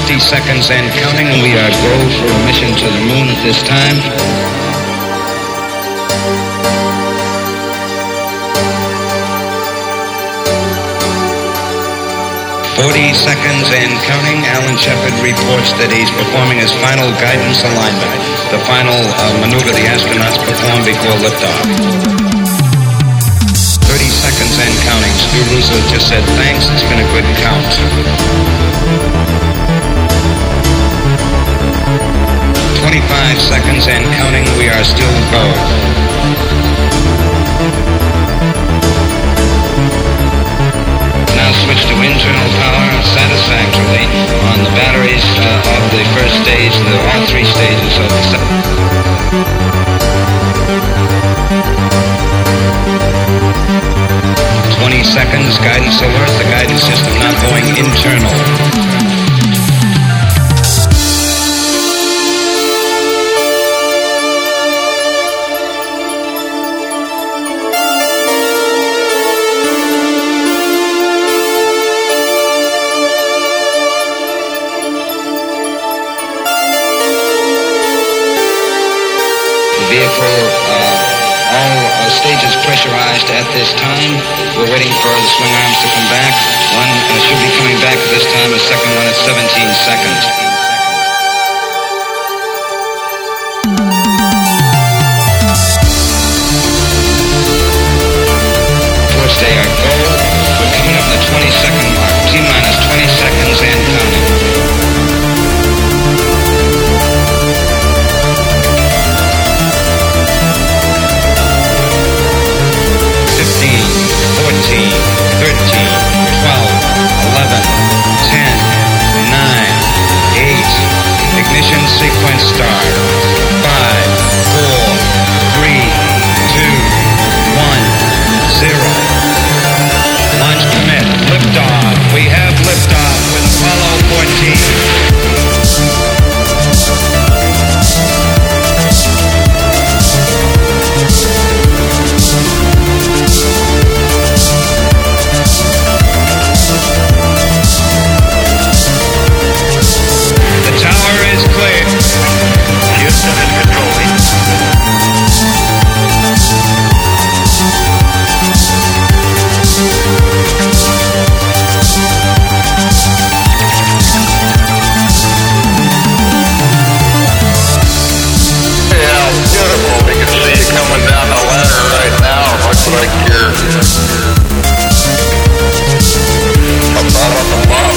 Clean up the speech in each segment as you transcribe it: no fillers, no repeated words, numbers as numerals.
50 seconds and counting. We are go for a mission to the moon at this time. Seconds and counting. Alan Shepard reports that he's performing his final guidance alignment, the final maneuver the astronauts perform before liftoff. 30 seconds and counting. Stu Russo just said thanks, it's been a good count. 25 seconds and counting. We are still go. Switch to internal power satisfactorily on the batteries of the first stage, all three stages of the second. 20 seconds, guidance alert, the guidance system not going internal. Stages pressurized at this time. We're waiting for the swing arms to come back. One should be coming back at this time. The second one at 17 seconds. First day our goal. We're coming up the 20-second mark. T-minus 20 seconds and counting. 13, 12, 11, 10, 9, 8, ignition sequence start. 5, 4, 3, 2, 1, 0. Launch commit. Liftoff. We have liftoff with Apollo 14. Houston is controlling. Yeah, beautiful. We can see you coming down the ladder right now. Looks like you're above.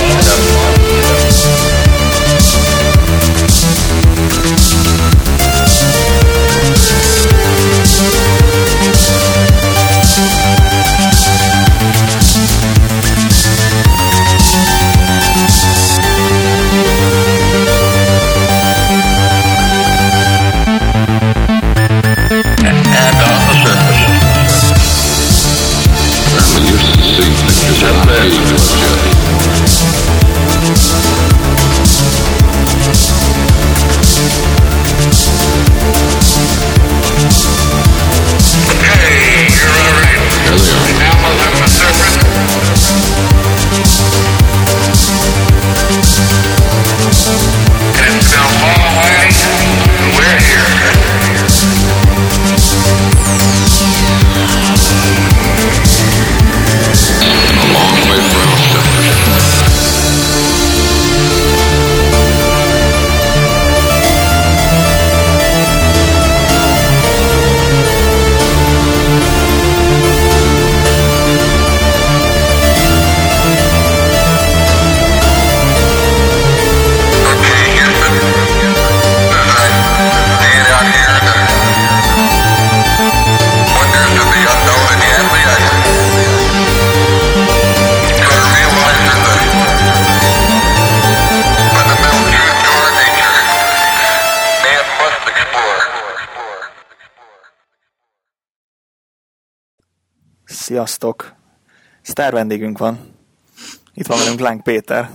Sziasztok! Sztár vendégünk van. Itt van velünk Láng Péter.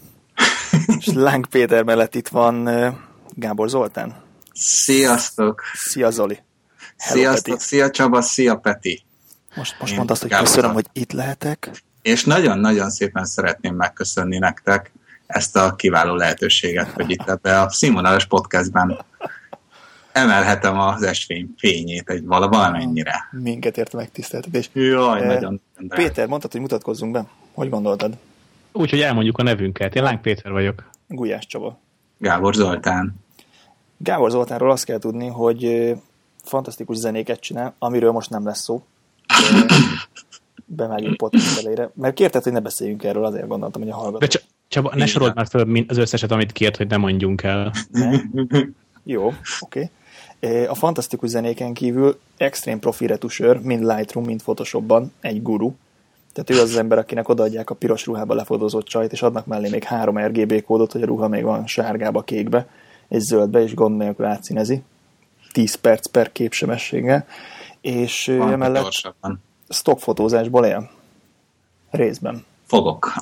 És Láng Péter mellett itt van Gábor Zoltán. Sziasztok! Szia Zoli! Hello, sziasztok! Peti. Szia Csaba! Szia Peti! Most mondd azt, hogy köszönöm, hogy itt lehetek. És nagyon-nagyon szépen szeretném megköszönni nektek ezt a kiváló lehetőséget, hogy itt ebbe a színvonalas podcastben emelhetem az estfény fényét egy valamennyire. Minket érte megtiszteltetés. Jaj, nagyon. Péter, mondtad, hogy mutatkozzunk be. Hogy gondoltad? Úgy, hogy elmondjuk a nevünket. Én Láng Péter vagyok. Gulyás Csaba. Gábor Zoltán. Gábor Zoltánról azt kell tudni, hogy fantasztikus zenéket csinál, amiről most nem lesz szó. Bevágjuk podcast elejére. Mert kérted, hogy ne beszéljünk erről, azért gondoltam, hogy a hallgatók. De Csaba, ne sorold már föl az összeset, amit kért, hogy ne mondjunk el. Ne? Jó, oké. A fantasztikus zenéken kívül extrém profi retusőr, mind Lightroom, mind Photoshopban, egy guru. Tehát ő az ember, akinek odaadják a piros ruhába lefotózott csajt, és adnak mellé még 3 RGB kódot, hogy a ruha még van sárgába, kékbe, és zöldbe, és gond nélkül átszínezi. 10 perc per képsebességgel. És emellett stockfotózásból él. Részben. Fogok.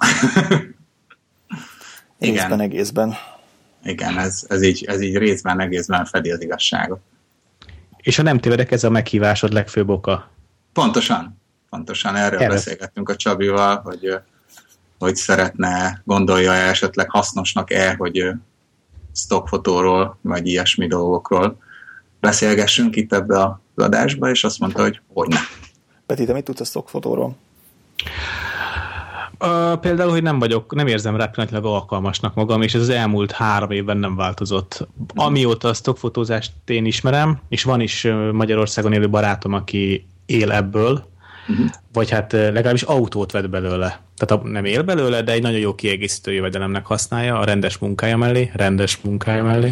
Részben, egészben. Igen, ez így részben, egészben fedi az igazságot. És ha nem tévedek, ez a meghívásod legfőbb oka. Pontosan erről beszélgettünk a Csabival, hogy szeretne, gondolja esetleg hasznosnak-e, hogy stockfotóról, vagy ilyesmi dolgokról beszélgessünk itt ebbe az adásba, és azt mondta, hogy hogyne. Peti, te mit tudsz a stockfotóról? Például, hogy nem érzem rá pillanatilag alkalmasnak magam, és ez az elmúlt 3 évben nem változott. Amióta a stockfotózást én ismerem, és van is Magyarországon élő barátom, aki él ebből, vagy hát legalábbis autót vett belőle. Tehát nem él belőle, de egy nagyon jó kiegészítő jövedelemnek használja a rendes munkája mellé.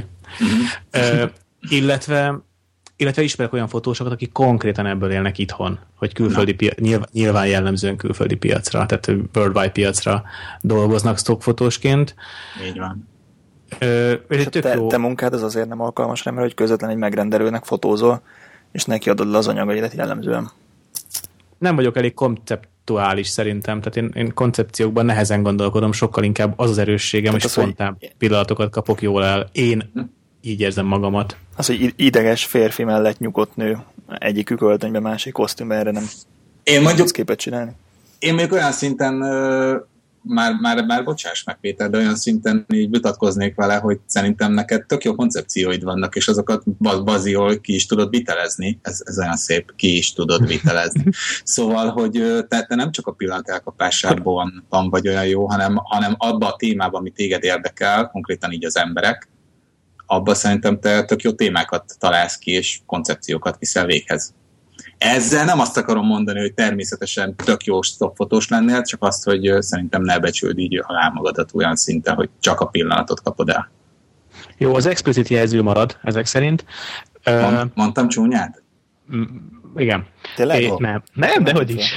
Illetve ismerek olyan fotósokat, akik konkrétan ebből élnek itthon, hogy külföldi nyilván jellemzően külföldi piacra, tehát worldwide piacra dolgoznak stockfotósként. Így van. Te munkád az azért nem alkalmas rá, mert hogy közvetlen egy megrendelőnek fotózol, és neki adod le az anyagaidat jellemzően. Nem vagyok elég konceptuális szerintem, tehát én koncepciókban nehezen gondolkodom, sokkal inkább az erősségem, és spontán pillanatokat kapok jól el. Én így érzem magamat. Az, hogy ideges férfi mellett nyugodt nő, egyikük öltönyben, másik kosztümben, erre nem tudsz képet csinálni. Én még olyan szinten, már bocsáss meg Péter, de olyan szinten így vitatkoznék vele, hogy szerintem neked tök jó koncepcióid vannak, és azokat baziol ki is tudod vitelezni. Ez olyan szép, ki is tudod vitelezni. Szóval, hogy te nem csak a pillanat elkapásában vagy olyan jó, hanem abban a témában, ami téged érdekel, konkrétan így az emberek, abban szerintem te tök jó témákat találsz ki, és koncepciókat viszel véghez. Ezzel nem azt akarom mondani, hogy természetesen tök jó stockfotós lennél, csak azt, hogy szerintem ne becsüld így alá magadat olyan szinten, hogy csak a pillanatot kapod el. Jó, az explicit jelző marad, ezek szerint. Mondtam csúnyát? Igen. Tényleg? Nem, dehogy is.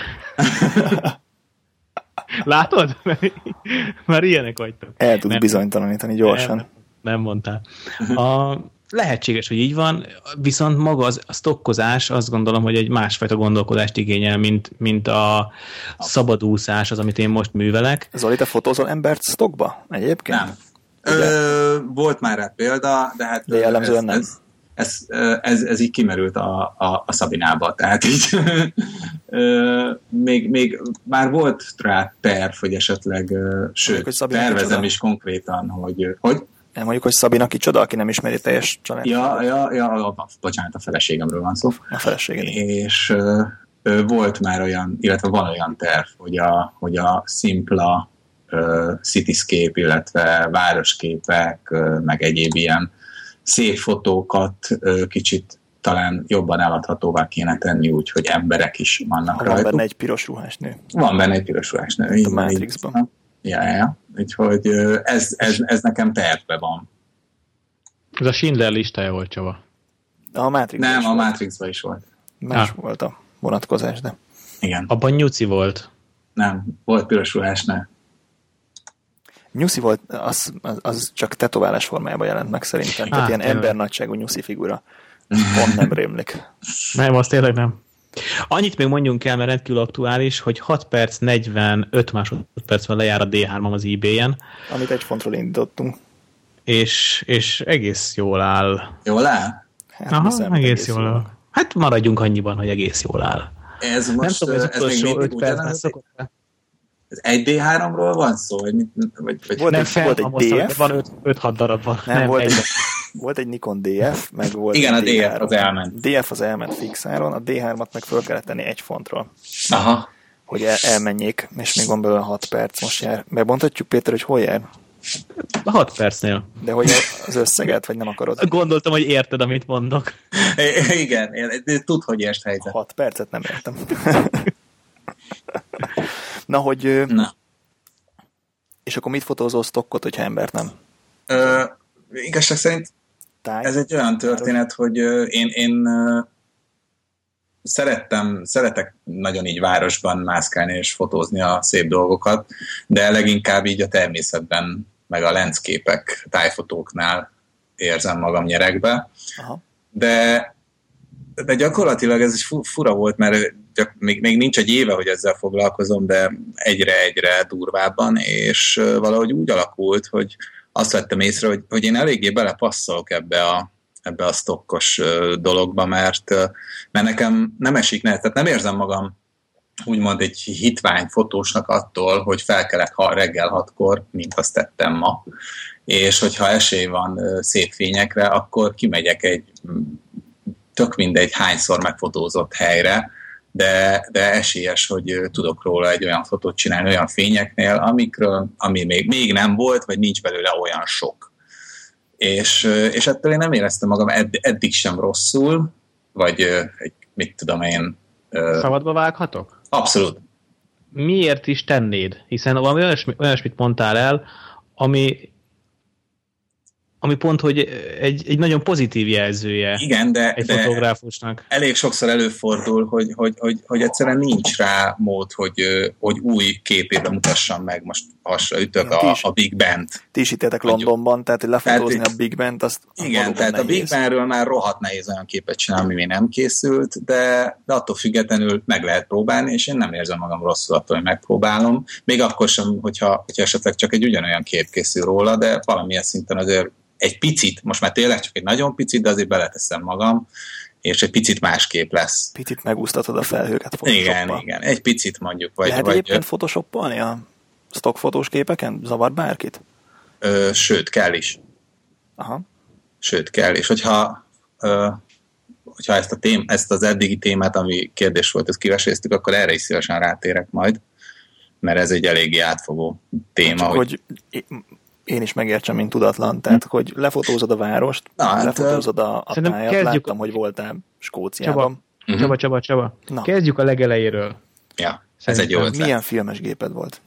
Látod? Már ilyenek vagytok. El tudsz bizonytalanítani gyorsan. Nem mondtál. Lehetséges, hogy így van, viszont maga a stokkozás azt gondolom, hogy egy másfajta gondolkodást igényel, mint a szabadúszás, az, amit én most művelek. Zoli, te fotózol embert stockba egyébként? Nem. Volt már rá példa, de hát... De jellemzően nem. Ez így kimerült a Szabinába, tehát így még már volt rá terv, hogy esetleg, sőt, tervezem is konkrétan, hogy... Mondjuk, hogy Szabina kicsoda, aki nem ismeri teljes család. Bocsánat, a feleségemről van szó. A feleséged. És volt már olyan, illetve van olyan terv, hogy a szimpla cityscape, illetve városképek, meg egyéb ilyen szép fotókat kicsit talán jobban eladhatóvá kéne tenni, úgyhogy emberek is vannak rajtuk. Van benne egy piros ruhás nő. Van benne egy piros ruhás nő. A Matrixban. Ja. Úgyhogy ez nekem tervben van. Ez a Schindler listája volt, Csaba. A Matrixban nem, a Matrixban is volt. Más volt a vonatkozás, de... Igen. Abban nyuci volt. Nem, volt piros ruhásnál. Nyuszi volt, az csak tetoválás formájában jelent meg szerintem. Tehát ilyen embernagyságú nyuszi figura. Pont nem rémlik. Nem, az tényleg nem. Annyit még mondjunk el, mert rendkívül aktuális, hogy 6 perc 45 másodperc van lejár a D3-am az eBay-en. Amit egy fontról indítottunk. És egész jól áll. Jól áll? Hát egész jól áll. Hát maradjunk annyiban, hogy egész jól áll. Ez most, nem tudom, ez még mindig ugyanaz. Ez 1D3-ról van szó? Vagy Volt nem volt egy DF. Van 5-6 darab van. Nem, volt egy Nikon DF, meg volt igen, egy a DF az elment. DF az elment fixáron, a D3-at meg föl kellett tenni 1 fontról. Aha. Hogy elmenjék, és még van belőle 6 perc most jár. Megmondhatjuk, Péter, hogy hol jár? A 6 percnél. De hogy az összeget, vagy nem akarod? Gondoltam, hogy érted, amit mondok. Igen, tud, hogy értsd helyzet. 6 percet nem értem. Na, hogy... Na. És akkor mit fotózol stockot, hogyha embert nem? Igazság szerint ez egy olyan történet, hogy én szeretek nagyon így városban mászkálni és fotózni a szép dolgokat, de leginkább így a természetben, meg a landscape-ek, tájfotóknál érzem magam nyeregbe. Aha. De gyakorlatilag ez is fura volt, mert még nincs egy éve, hogy ezzel foglalkozom, de egyre durvábban, és valahogy úgy alakult, hogy azt vettem észre, hogy én eléggé belepasszolok ebbe a stockos dologba, mert nekem nem esik nehéz, tehát nem érzem magam úgymond egy hitvány fotósnak attól, hogy felkelek reggel 6-kor, mint azt tettem ma, és hogyha esély van szép fényekre, akkor kimegyek egy tök mindegy hányszor megfotózott helyre, de esélyes, hogy tudok róla egy olyan fotót csinálni olyan fényeknél, ami még nem volt, vagy nincs belőle olyan sok. És ettől én nem éreztem magam eddig sem rosszul, vagy mit tudom én... Szabadba vághatok? Abszolút. Miért is tennéd? Hiszen valami olyasmit mondtál el, ami pont, hogy egy nagyon pozitív jelzője. Igen, egy fotográfusnak. Elég sokszor előfordul, hogy egyszerűen nincs rá mód, hogy új képében mutassam meg. Most hasra ütök a Big Bent. Ti is hittétek Londonban, tehát hogy lefotózni a Big Bent, azt igen, tehát nehéz. A Big Benről már rohadt nehéz olyan képet csinálni, ami még nem készült, de attól függetlenül meg lehet próbálni, és én nem érzem magam rosszul attól, hogy megpróbálom. Még akkor sem, hogyha esetleg csak egy ugyanolyan kép készül róla, de valamilyen szinten azért egy picit, most már tényleg csak egy nagyon picit, de azért beleteszem magam, és egy picit másképp lesz. Picit megúsztatod a felhőket Photoshoppal. Igen, egy picit mondjuk. Lehet egyébként photoshoppolni a stockfotós képeken? Zavar bárkit? Sőt, kell is. Aha. Sőt, kell. És hogyha ezt az eddigi témát, ami kérdés volt, ezt kiveséztük, akkor erre is szívesen rátérek majd, mert ez egy eléggé átfogó téma. Csak hogy én is megértsem, mint tudatlan. Tehát, hogy lefotózod a várost, lefotózod a tájat, láttam, hogy voltál Skóciában. Csaba. Na. Kezdjük a legelejéről. Ja, ez egy jó ötlet. Milyen filmes géped volt?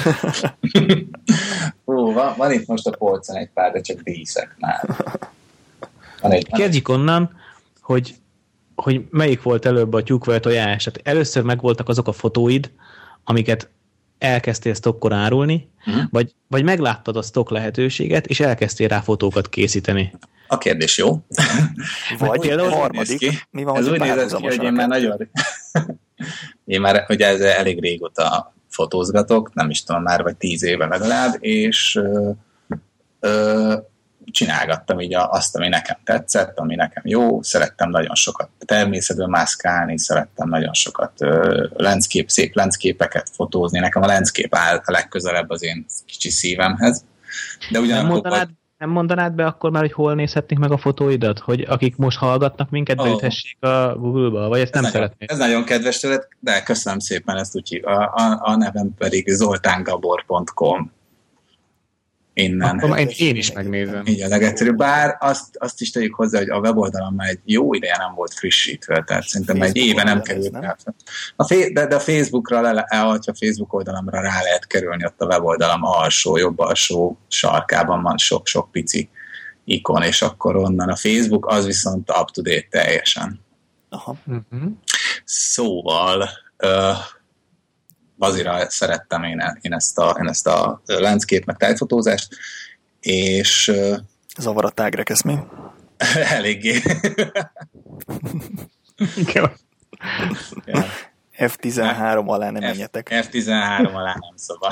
Van itt most a polcon egy pár, de csak díszek már. Kezdjük onnan, hogy melyik volt előbb a tyúk vagy a tojás. Tehát először megvoltak azok a fotóid, amiket elkezdtél stockon árulni, vagy megláttad a stock lehetőséget, és elkezdtél rá fotókat készíteni. A kérdés jó. Vagy a harmadik, mi van, ez úgy nézett ki, hogy én már nagyon... Én már ugye ez elég régóta fotózgatok, nem is tudom már, vagy 10 éve legalább, és csinálgattam így azt, ami nekem tetszett, ami nekem jó, szerettem nagyon sokat természetben mászkálni, szerettem nagyon sokat szép landscape-eket fotózni, nekem a landscape áll a legközelebb az én kicsi szívemhez. De ugyanakkor... Nem mondanád be akkor már, hogy hol nézhetnék meg a fotóidat? Hogy akik most hallgatnak minket, beüthessék a Google-ba, vagy ezt nem szeretnék? Ez nagyon kedves tőled, de köszönöm szépen, ezt úgy hív. A nevem pedig zoltangabor.com. Innen. Akkor én is megnézem. Így a legegyszerűbb. Bár azt is tegyük hozzá, hogy a weboldalam már egy jó ideje nem volt frissítve, tehát szerintem egy éve nem került rá. De a Facebookra, ha Facebook oldalamra rá lehet kerülni, ott a weboldalam jobb alsó sarkában van sok pici ikon, és akkor onnan a Facebook az viszont up-to-date teljesen. Aha. Szóval... Bazira szerettem én ezt a landscape meg tájfotózást, és... Zavar a tágrekesz mi? Eléggé. F13 alá nem menjetek. F13 alá nem szabad.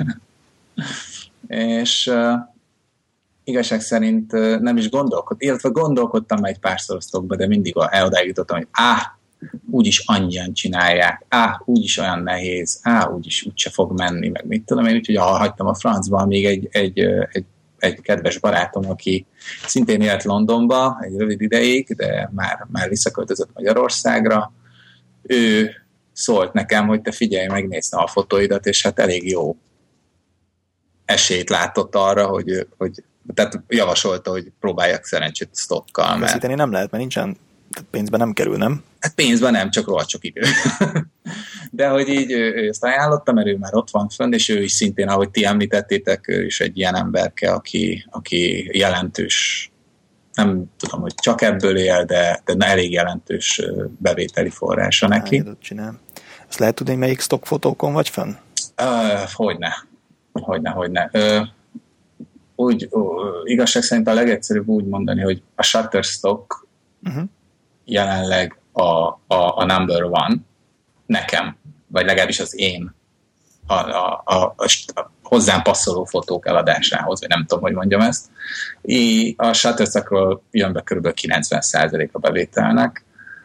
És igazság szerint nem is gondolkodtam egy párszor a stockba, de mindig elodáig jutottam, hogy úgyis annyian csinálják, úgyis olyan nehéz, úgyis úgyse fog menni, meg mit tudom én, úgyhogy hagytam a francba, még egy kedves barátom, aki szintén élt Londonba egy rövid ideig, de már visszaköltözött Magyarországra, ő szólt nekem, hogy te figyelj, megnézte a fotóidat, és hát elég jó esélyt látott arra, hogy tehát javasolta, hogy próbáljak szerencsét stockkal. Készíteni nem lehet, mert nincsen, pénzben nem kerül, nem? Hát pénzben nem, csak rohadt sok idő. De hogy így ő ezt ajánlotta, mert ő már ott van fönn, és ő is szintén, ahogy ti említettétek, ő is egy ilyen emberke, aki jelentős, nem tudom, hogy csak ebből él, de elég jelentős bevételi forrása neki. Csinál. Ezt lehet tudni, hogy melyik stockfotókon vagy fönn? Hogyne. Igazság szerint a legegyszerűbb úgy mondani, hogy a Shutterstock jelenleg a number one nekem, vagy legalábbis az én a hozzám passzoló fotók eladásához, vagy nem tudom, hogy mondjam ezt. A Shutterstockról jön be kb. 90% a bevételnek.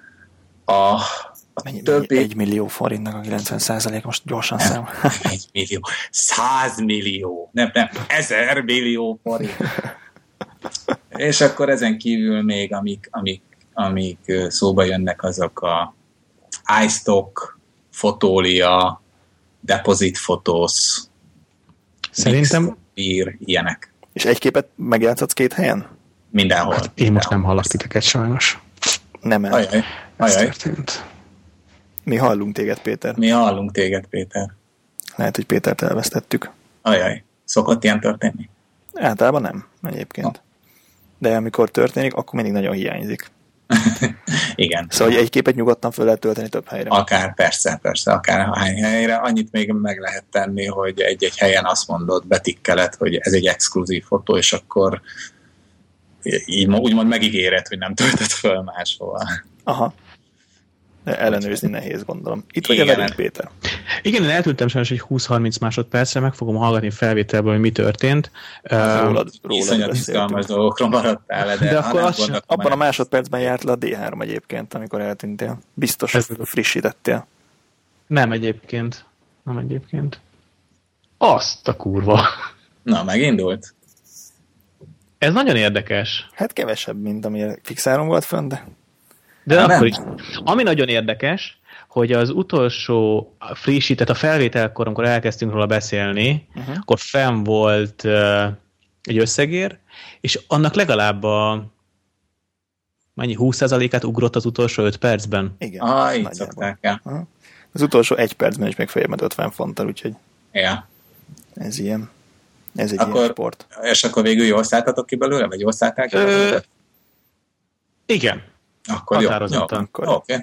Többi... 1 millió forintnak a 90%, most gyorsan szám. 1 millió, 100 millió, nem, 1000 millió forint. És akkor ezen kívül még, amik szóba jönnek, azok a iStock, Fotólia, Deposit Photos, szerintem ilyenek. És egy képet megjátszhatsz 2 helyen? Mindenhol. Hát én most nem hallak titeket sajnos. Nem el. Ajaj. Történt. Mi hallunk téged, Péter. Lehet, hogy Pétert elvesztettük. Ajaj. Szokott ilyen történni? Általában nem, egyébként. De amikor történik, akkor mindig nagyon hiányzik. Igen. Szóval, hogy egy képet nyugodtan föl lehet tölteni több helyre. Akár, persze, akár hány helyre. Annyit még meg lehet tenni, hogy egy helyen azt mondod, betikkeled, hogy ez egy exkluzív fotó, és akkor így úgymond megígéred, hogy nem töltöd föl máshol. Aha. De ellenőrizni nehéz, gondolom. Itt vagy velünk, Péter? Igen, én eltűntem sajnos egy 20-30 másodpercre, meg fogom hallgatni felvételből, hogy mi történt. Rólad iszonyat izgalmas dolgokról maradtál, de akkor abban a másodpercben járt le a D3 egyébként, amikor eltűntél. Biztos, hogy frissítettél. Nem egyébként. Azt a kurva. Na, megindult. Ez nagyon érdekes. Hát kevesebb, mint ami fixáron volt fönn, de akkor is. Ami nagyon érdekes, hogy az utolsó frissített a felvételkor, amikor elkezdtünk róla beszélni, akkor fenn volt egy összegér, és annak legalább mennyi 20%-át ugrott az utolsó 5 percben. Igen. Így szokták el. Az utolsó 1 percben is még feljebb 50 fonttal, úgyhogy ez ilyen. Ez egy ilyen sport. És akkor végül jól szálltatok ki belőle, vagy jól szállták ki? Igen. Akkor jó. Oké.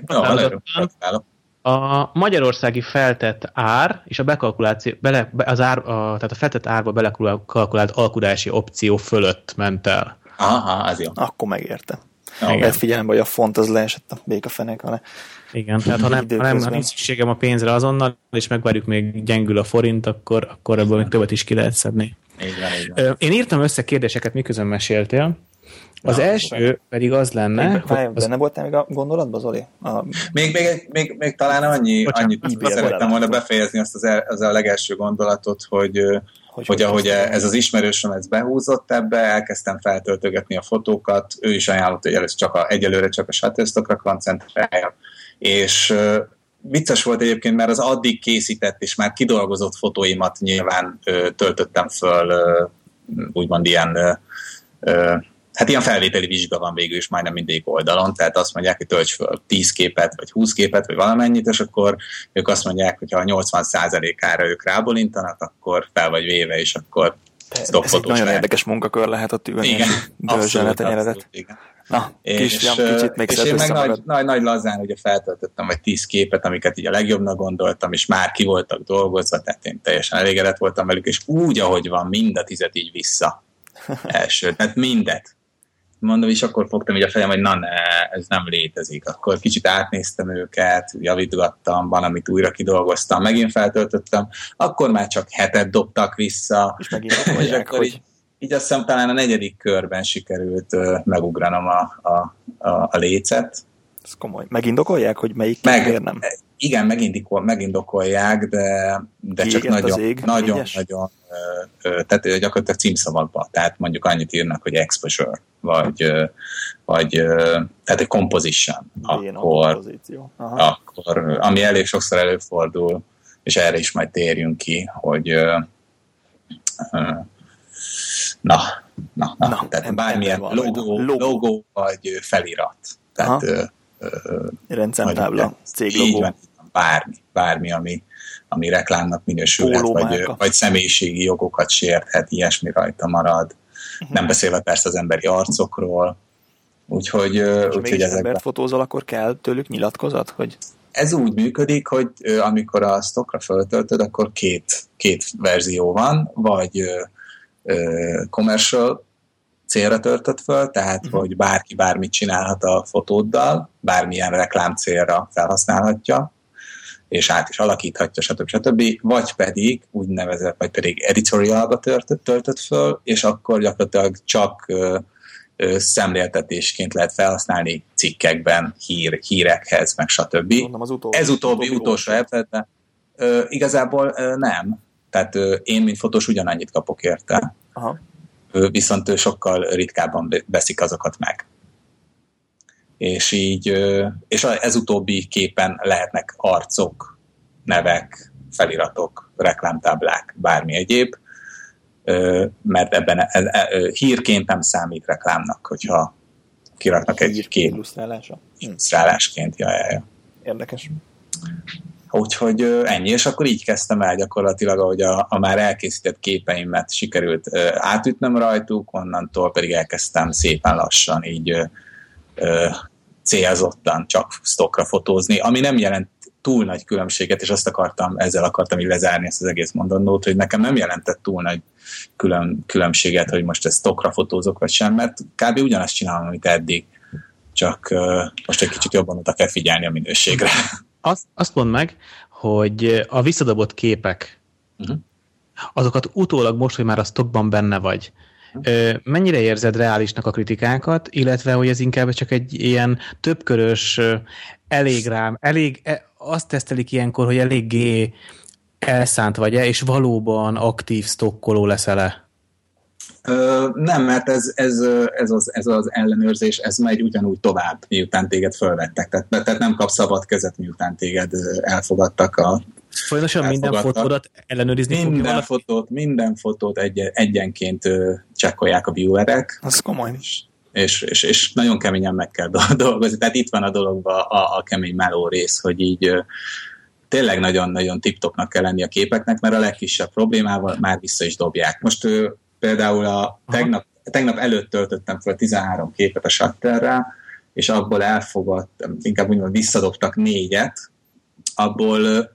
A magyarországi feltett ár és a bekalkuláció, tehát a feltett árba belekalkulált alkulási opció fölött ment el. Aha, az jó. Akkor megérte. Lehet figyelembe, hogy a font az leesett a békafenek alá. Igen, tehát ha nem szükségem a pénzre azonnal, és megvárjuk még gyengül a forint, akkor ebből még többet is ki lehet szedni. Így van. Én írtam össze kérdéseket, miközben meséltél. Az első pedig az lenne... Benne voltál még a gondolatban, Zoli? Még talán annyit szerettem volna befejezni az a legelső gondolatot, hogy ahogy ez az ismerősöm ez behúzott ebbe, elkezdtem feltöltögetni a fotókat, ő is ajánlott, hogy egyelőre csak a Shutterstockra koncentrálja, és vicces volt egyébként, mert az addig készített és már kidolgozott fotóimat nyilván töltöttem föl, úgymond ilyen felvételi vizsga van végül is majdnem mindig oldalon, tehát azt mondják, hogy tölts föl 10 képet, vagy 20 képet, vagy valamennyit, és akkor ők azt mondják, hogy ha a 80%-ára ők rábólintanak, akkor fel vagy véve, és akkor ez egy nagyon érdekes munkakör lehet ott ülni. Igen, abszolút, igen. Na, kicsit még és én meg nagy lazán ugye feltöltöttem vagy 10 képet, amiket így a legjobbnak gondoltam, és már ki voltak dolgozva, tehát én teljesen elégedett voltam velük, és úgy, ahogy van, mind a 10-et így vissza. Első, tehát mindet. Mondom, és akkor fogtam így a fejem, hogy ez nem létezik. Akkor kicsit átnéztem őket, javítgattam, van, amit újra kidolgoztam, megint feltöltöttem, akkor már csak 7 dobtak vissza, és akkor így azt hiszem talán a 4. körben sikerült megugranom a lécet. Ez komoly. Megindokolják, hogy melyik miért nem? Igen, megindokolják, de csak nagyon, tehát gyakorlatilag címszavakban. Tehát mondjuk annyit írnak, hogy exposure, vagy tehát egy composition. Akkor, ami elég sokszor előfordul, és erre is majd térjünk ki, hogy tehát bármilyen logó vagy felirat. Tehát rendszámtábla, céglogó. Bármi, ami reklámnak minősülhet, vagy személyiségi jogokat sérthet, ilyesmi rajta marad. Nem beszélve persze az emberi arcokról. Úgyhogy ezekben... embert fotózol, akkor kell tőlük nyilatkozat? Hogy... Ez úgy működik, hogy amikor a stockra föltöltöd, akkor két verzió van, vagy commercial célra töltött föl, tehát hogy bárki bármit csinálhat a fotóddal, bármilyen reklám célra felhasználhatja, és át is alakíthatja, stb. Vagy pedig úgynevezett, vagy pedig editorialba töltött föl, és akkor gyakorlatilag csak szemléltetésként lehet felhasználni cikkekben, hírekhez, meg stb. Ez utóbbi utolsó esetben igazából nem. Tehát én, mint fotós, ugyanannyit kapok érte. Aha. Viszont sokkal ritkábban veszik azokat meg. És így, és ez utóbbi képen lehetnek arcok, nevek, feliratok, reklámtáblák, bármi egyéb, mert ebben hírként nem számít reklámnak, hogyha kiraknak egy kép. Illusztrálásként. Ja. Érdekes. Úgyhogy ennyi, és akkor így kezdtem el gyakorlatilag, ahogy a már elkészített képeimet sikerült átütnöm rajtuk, onnantól pedig elkezdtem szépen lassan így célzottan csak stockra fotózni, ami nem jelent túl nagy különbséget, és ezzel akartam így lezárni ezt az egész mondandót, hogy nekem nem jelentett túl nagy különbséget, hogy most ezt stockra fotózok, vagy sem, mert kb. Ugyanazt csinálom, amit eddig, csak most egy kicsit jobban oda kell figyelni a minőségre. Azt mondd meg, hogy a visszadobott képek, azokat utólag most, hogy már a stockban benne vagy, mennyire érzed reálisnak a kritikákat, illetve hogy ez inkább csak egy ilyen többkörös, azt tesztelik ilyenkor, hogy eléggé elszánt vagy-e, és valóban aktív stokkoló leszel-e? Nem, mert ez az ellenőrzés, ez megy ugyanúgy tovább, miután téged fölvettek. Tehát nem kapsz szabad kezet, miután téged elfogadtak. Folyamatosan minden fotódat ellenőrizni Minden fotót egyenként csekkolják a viewerek. Az komoly. És nagyon keményen meg kell dolgozni. Tehát itt van a dologban a kemény meló rész, hogy így tényleg nagyon-nagyon tip-topnak kell lenni a képeknek, mert a legkisebb problémával már vissza is dobják. Most például tegnap előtt töltöttem fel 13 képet a Shutterrel, és abból elfogadtam, inkább úgy mondom, visszadobtak 4-et, abból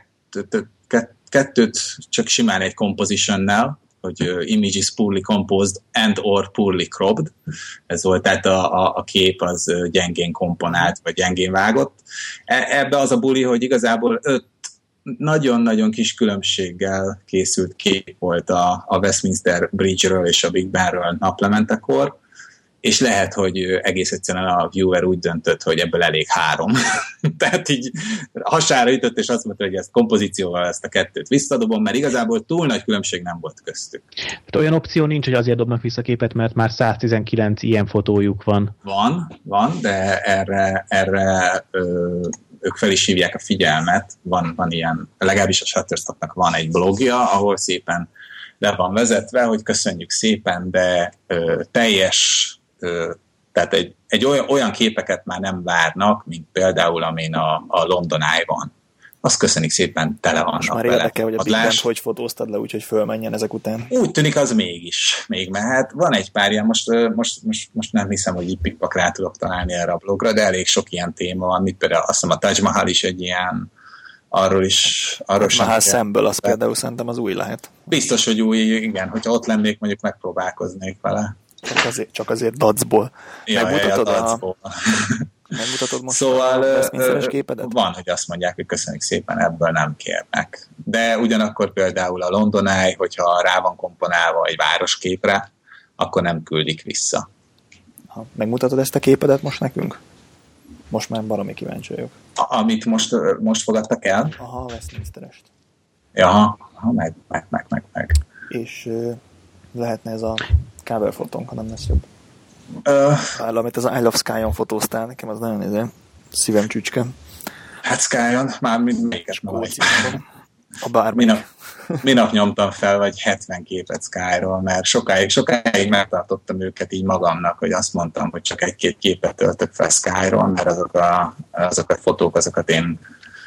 kettőt csak simán egy compositionnel, hogy images poorly composed and or poorly cropped. Ez volt, tehát a kép az gyengén komponált, vagy gyengén vágott. Ebbe az a buli, hogy igazából 5 nagyon-nagyon kis különbséggel készült kép volt a Westminster Bridge-ről és a Big Ben-ről naplementekor, és lehet, hogy egész egyszerűen a viewer úgy döntött, hogy ebből elég 3. Tehát így hasára ütött, és azt mondta, hogy ezt kompozícióval ezt a 2-t visszadobom, mert igazából túl nagy különbség nem volt köztük. Olyan opció nincs, hogy azért dobnak vissza képet, mert már 119 ilyen fotójuk van. Van, de erre ők fel is hívják a figyelmet. Van ilyen, legalábbis a Shutterstocknak van egy blogja, ahol szépen le van vezetve, hogy köszönjük szépen, de teljes, tehát egy olyan képeket már nem várnak, mint például amin a London Eye van. Azt köszönjük szépen, tele vannak most már érdekel, hogy a Big Bent hogy fotóztad le, úgyhogy fölmenjen ezek után. Úgy tűnik, az még mehet. Van egy pár ilyen, most nem hiszem, hogy így pikpak rá tudok találni erre a blogra, de elég sok ilyen téma van, mint például azt hiszem a Taj Mahal is egy ilyen, arról Mahal szemből, az például szerintem az új lehet. Biztos, hogy új, igen, hogyha ott lennék, mondjuk megpróbálkoznék vele. Csak azért dacból. Megmutatod dacból. Megmutatod most szóval, a Westminsteres képedet? Van, hogy azt mondják, hogy köszönjük szépen, ebből nem kérnek. De ugyanakkor például a London Eye, hogyha rá van komponálva egy városképre, akkor nem küldik vissza. Megmutatod ezt a képedet most nekünk? Most már valami kíváncsi vagyok. Amit most fogadtak el? Aha, a Westminsterest. Ja, meg. És lehetne ez a cover fotónk, ha nem lesz jobb. Amit az I Love Sky-on fotóztál, nekem az nagyon szívem csücske. Hát Sky-on, már melyiket majd. A bármelyik. Minap nyomtam fel, vagy 70 képet Sky-ról, mert sokáig megtartottam őket így magamnak, hogy azt mondtam, hogy csak egy-két képet töltök fel Sky-ról, mert azok a fotók, azokat én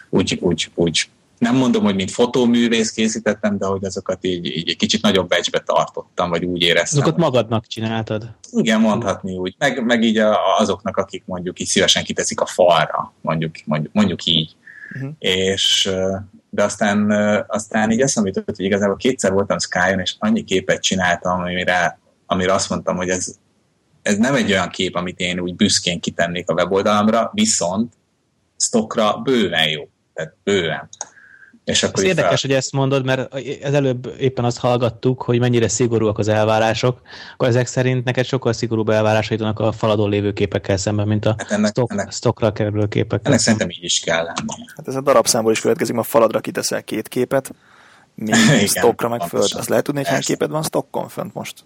úgy nem mondom, hogy mint fotóművész készítettem, de hogy azokat így egy kicsit nagyobb becsbe tartottam, vagy úgy éreztem. Azokat magadnak csináltad? Igen, mondhatni úgy. Meg így azoknak, akik mondjuk így szívesen kiteszik a falra, mondjuk így. Uh-huh. És de aztán így eszembe jutott, hogy igazából 2-szer voltam Sky-on, és annyi képet csináltam, amire azt mondtam, hogy ez nem egy olyan kép, amit én úgy büszkén kitennék a weboldalamra, viszont stockra bőven jó. Tehát bőven. És akkor érdekes, hogy ezt mondod, mert az előbb éppen azt hallgattuk, hogy mennyire szigorúak az elvárások, akkor ezek szerint neked sokkal szigorúbb elvárásaid vannak a faladon lévő képekkel szemben, mint a stockra kerülő képekkel. Ennek szerintem így is kell lenni. Hát ez a darabszámból is következik, ma faladra kiteszel 2 képet, még stockra meg föld. Azt lehet tudni, hogy hány képed van stockon fönt most?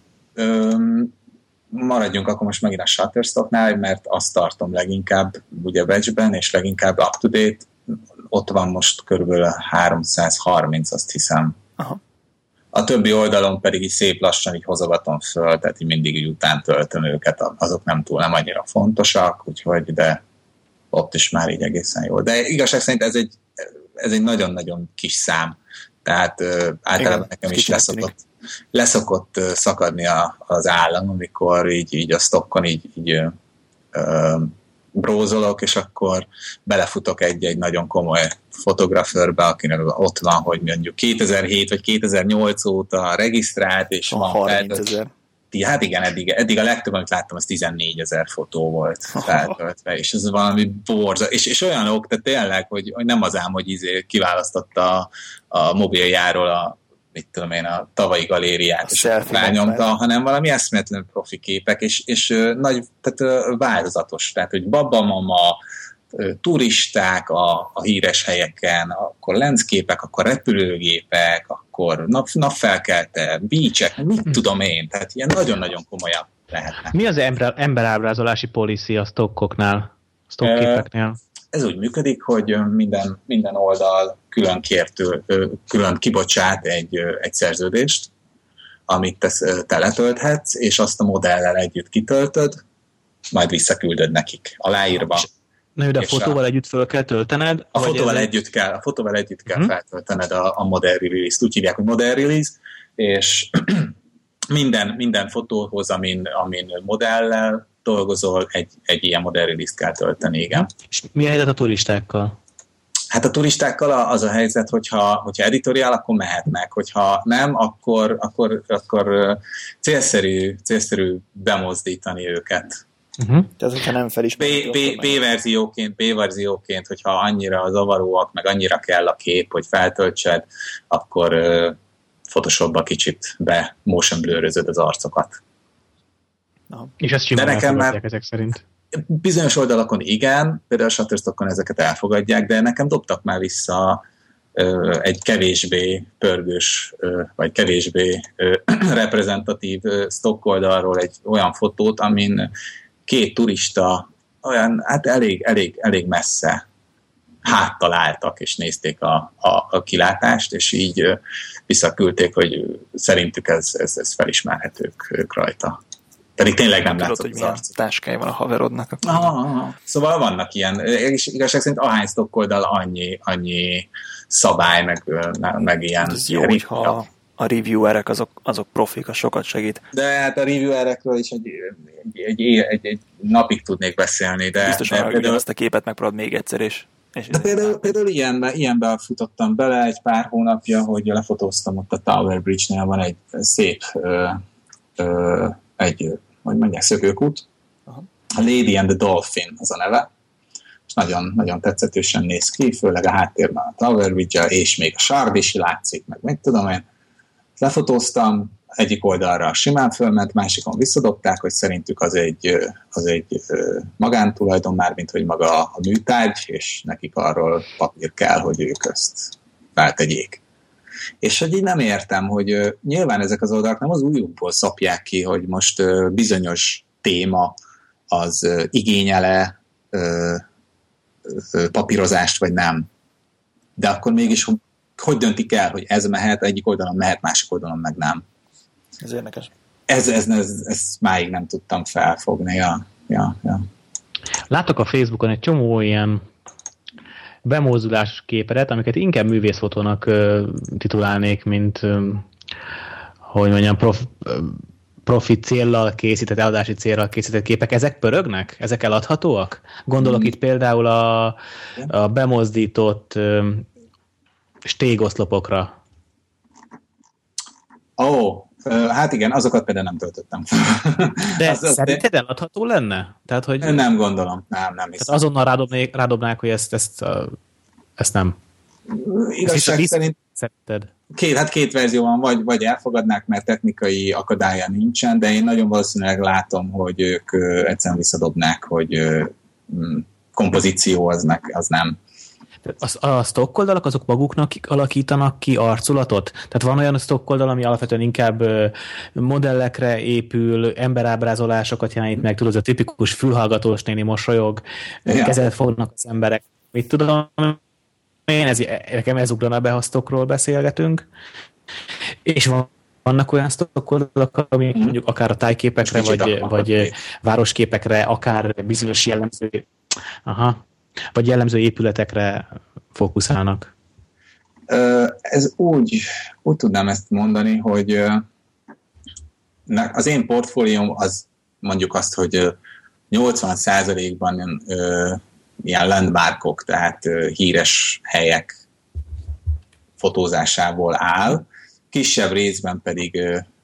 Maradjunk akkor most megint a Shutterstocknál, mert azt tartom leginkább ugye batchben, és leginkább up-to-date. Ott van most körülbelül 330, azt hiszem. Aha. A többi oldalon pedig így szép lassan így hozogatom föl, tehát így mindig így után töltöm őket, azok nem annyira fontosak, úgyhogy, de ott is már így egészen jó. De igazság szerint ez egy nagyon-nagyon kis szám, tehát általában nekem is leszokott szakadni az állam, amikor így a stockon így brózolok, és akkor belefutok egy nagyon komoly fotografőrbe, akinek ott van, hogy mondjuk 2007 vagy 2008 óta regisztrált, és van 30 000. Hát igen, eddig a legtöbb, amit láttam, az 14 000 fotó volt feltöltve, és ez valami borzasztó. És olyanok, tehát tényleg, hogy nem az ám, hogy kiválasztotta a mobiljáról a tavalyi galériát, és rányomta, hanem valami eszméletlen profi képek, és nagy, tehát változatos, tehát, hogy babamama, turisták a híres helyeken, akkor lencképek, akkor repülőgépek, akkor napfelkelte, beachek, mit tudom én, tehát ilyen nagyon-nagyon komolyabb lehetnek. Mi az emberábrázolási policy a stockoknál, stockképeknél? Ez úgy működik, hogy minden oldal külön kibocsát egy szerződést, amit te letölthetsz, és azt a modellel együtt kitöltöd, majd visszaküldöd nekik aláírva. De a fotóval együtt föl kell töltened? A fotóval együtt kell feltöltened a modern release-t. Úgy hívják, hogy modern release, és minden fotóhoz, amin modellel dolgozol, egy ilyen modern release-t kell tölteni, igen. És mi a helyzet a turistákkal? Hát a turistákkal az a helyzet, hogyha editoriál, akkor mehetnek, hogyha nem, akkor célszerű bemozdítani őket. Uh-huh. Tehát, hogyha nem felismerjük. B-verzióként, hogyha annyira zavaróak, meg annyira kell a kép, hogy feltöltsed, akkor Photoshopba kicsit motion blurrözöd az arcokat. Aha. És ezt simán elfogadják ezek szerint? Bizonyos oldalakon igen, például a Shutterstockon ezeket elfogadják, de nekem dobtak már vissza egy kevésbé pörgős, vagy kevésbé reprezentatív stock oldalról egy olyan fotót, amin 2 turista olyan, hát elég messze háttal álltak, és nézték a kilátást, és így visszaküldték, hogy szerintük ez felismerhetők ők rajta. Pedig tényleg nem látszott az arcot. Táskája van a haverodnak. Szóval vannak ilyen, és igazság szerint ahány stock oldal annyi szabály, meg ilyen. Ez jó, hogyha a reviewerek azok profik, az sokat segít. De hát a reviewerekről is egy napig tudnék beszélni. De biztosan, hogy azt a képet megpróbálod még egyszer, és de például ilyenbe futottam bele egy pár hónapja, hogy lefotóztam ott a Tower Bridge-nél, van egy szép hogy mondják, szökőkút. Aha. A Lady and the Dolphin az a neve, és nagyon, nagyon tetszetősen néz ki, főleg a háttérben a Tower Bridge, és még a Shard is látszik, meg mit tudom én. Lefotóztam, egyik oldalra simán fölment, másikon visszadobták, hogy szerintük az egy magántulajdon, mármint hogy maga a műtárgy, és nekik arról papír kell, hogy ők ezt feltegyék. És hogy így nem értem, hogy nyilván ezek az oldalak nem az újukból szapják ki, hogy most bizonyos téma az igényele papírozást, vagy nem. De akkor mégis hogy döntik el, hogy ez mehet, egyik oldalon mehet, másik oldalon meg nem. Ez érdekes. Ez máig nem tudtam felfogni. Ja. Látok a Facebookon egy csomó ilyen bemozdulás képeret, amiket inkább művészfotónak titulálnék, mint hogy mondjam, profi céllal készített, eladási célral készített képek. Ezek pörögnek? Ezek eladhatóak? Gondolok itt például a bemozdított stégoszlopokra. Hát igen, azokat például nem töltöttem. De szerinted eladható lenne? Tehát, hogy nem gondolom. Nem hiszem. Tehát azonnal rádobnák, hogy ezt nem. Igazság szerint két verzió van, vagy elfogadnák, mert technikai akadálya nincsen, de én nagyon valószínűleg látom, hogy ők egyszerűen visszadobnák, hogy kompozíció az nem. A stock oldalak azok maguknak alakítanak ki arculatot? Tehát van olyan stock oldal, ami alapvetően inkább modellekre épül, emberábrázolásokat jelenít meg, tudod, a tipikus fülhallgatós néni mosolyog, kezet fognak az emberek. Mit tudom nekem ez ugrana be, ha stockról beszélgetünk. És vannak olyan stock oldalak, amik mondjuk akár a tájképekre, vagy városképekre, akár bizonyos jellemző épületekre fókuszálnak. Ez úgy tudnám ezt mondani, hogy az én portfólióm az mondjuk azt, hogy 80%-ban ilyen landmarkok, tehát híres helyek fotózásából áll, kisebb részben pedig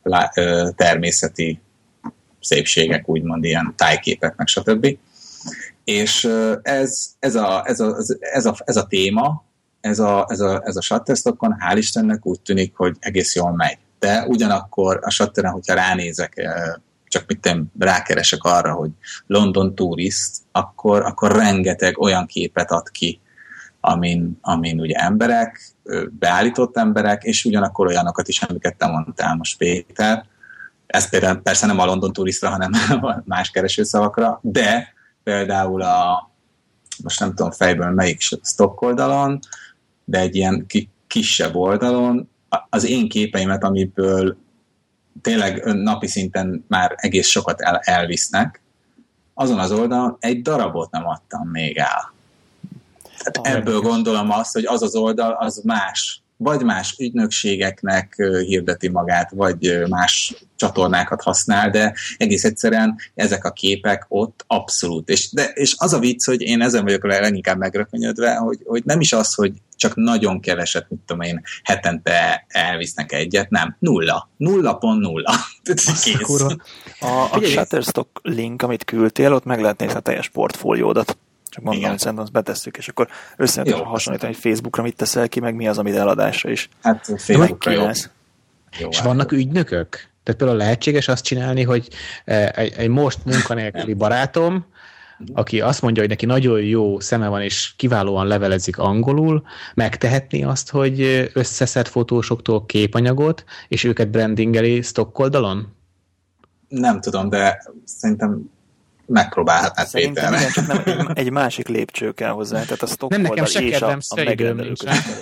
természeti szépségek, úgymond ilyen tájképek, meg stb. És ez a téma, ez a Shutterstockon, hál' Istennek úgy tűnik, hogy egész jól megy. De ugyanakkor a Shutteren, hogyha ránézek, csak rákeresek arra, hogy London Tourist, akkor rengeteg olyan képet ad ki, amin ugye emberek, beállított emberek, és ugyanakkor olyanokat is, amiket te mondtál most, Péter. Ez például persze nem a London Touristra, hanem más keresőszavakra, de például most nem tudom fejből melyik stock oldalon, de egy ilyen kisebb oldalon az én képeimet, amiből tényleg napi szinten már egész sokat elvisznek, azon az oldalon egy darabot nem adtam még el. Tehát ebből gondolom azt, hogy az oldal az más, vagy más ügynökségeknek hirdeti magát, vagy más csatornákat használ, de egész egyszerűen ezek a képek ott abszolút. És az a vicc, hogy én ezen vagyok leginkább megrökönyödve, hogy nem is az, hogy csak nagyon keveset, mit tudom én, hetente elvisznek egyet, nem, 0.0. Kész. A Shutterstock link, amit küldtél, ott meg lehet nézni a teljes portfóliódat. Csak mondom, hogy szerintem azt betesszük, és akkor össze hasonlítani, hogy Facebookra mit teszel ki, meg mi az, amit eladásra is. Hát Facebookra jó. És vannak ügynökök? Tehát például lehetséges azt csinálni, hogy egy most munkanélküli barátom, aki azt mondja, hogy neki nagyon jó szeme van, és kiválóan levelezik angolul, megtehetné azt, hogy összeszed fotósoktól képanyagot, és őket brandingeli stock oldalon? Nem tudom, de szerintem megpróbálhatnád, Péter. Igen, csak nem, egy másik lépcső kell hozzá, tehát a stock nem, nekem oldal és a megrendelők.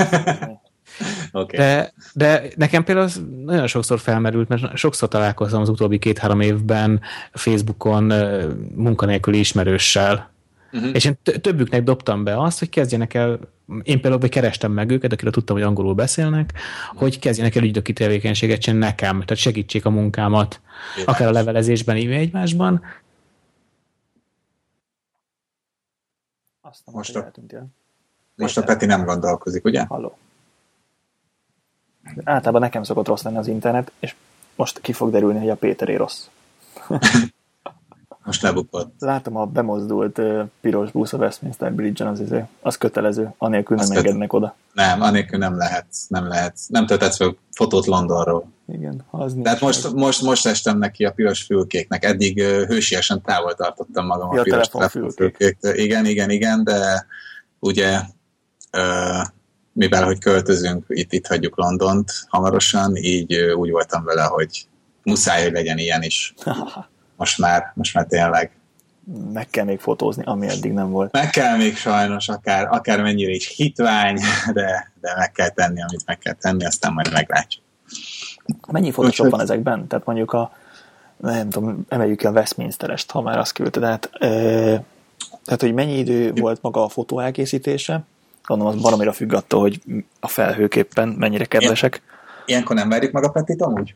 Okay. De nekem például nagyon sokszor felmerült, mert sokszor találkoztam az utóbbi 2-3 évben Facebookon munkanélküli ismerőssel. És én többüknek dobtam be azt, hogy kezdjenek el, én például kerestem meg őket, akire tudtam, hogy angolul beszélnek, hogy kezdjenek el ügynöki tevékenységet csinálni nekem, tehát segítsék a munkámat, akár a levelezésben, e-mailben. Most a Peti nem gondolkozik, ugye? Halló. Általában nekem szokott rossz lenni az internet, és most ki fog derülni, hogy a Péteré rossz. Most lebukott. Látom a bemozdult piros busz a Westminster Bridge-en, az kötelező, anélkül nem engednek oda. Nem, anélkül nem lehet. Nem töltetsz fel fotót Londonról. Igen, az nincs. Tehát most estem neki a piros fülkéknek. Eddig hősiesen távol tartottam magam a piros telefonfülkéktől. Igen, de ugye mivel, hogy költözünk, itt hagyjuk Londont hamarosan, így úgy voltam vele, hogy muszáj, hogy legyen ilyen is. Most már tényleg. Meg kell még fotózni, ami eddig nem volt. Meg kell még sajnos, akár mennyire is hitvány, de meg kell tenni, amit meg kell tenni, aztán majd meglátjuk. Mennyi Photoshop van ezekben? Tehát mondjuk nem tudom, emeljük ki a Westminster-est, ha már azt küldte. Tehát, hogy mennyi idő volt maga a fotó elkészítése? Gondolom, az baromira függ attól, hogy a felhők éppen mennyire kedvesek. Ilyenkor nem várjuk meg a Petit amúgy?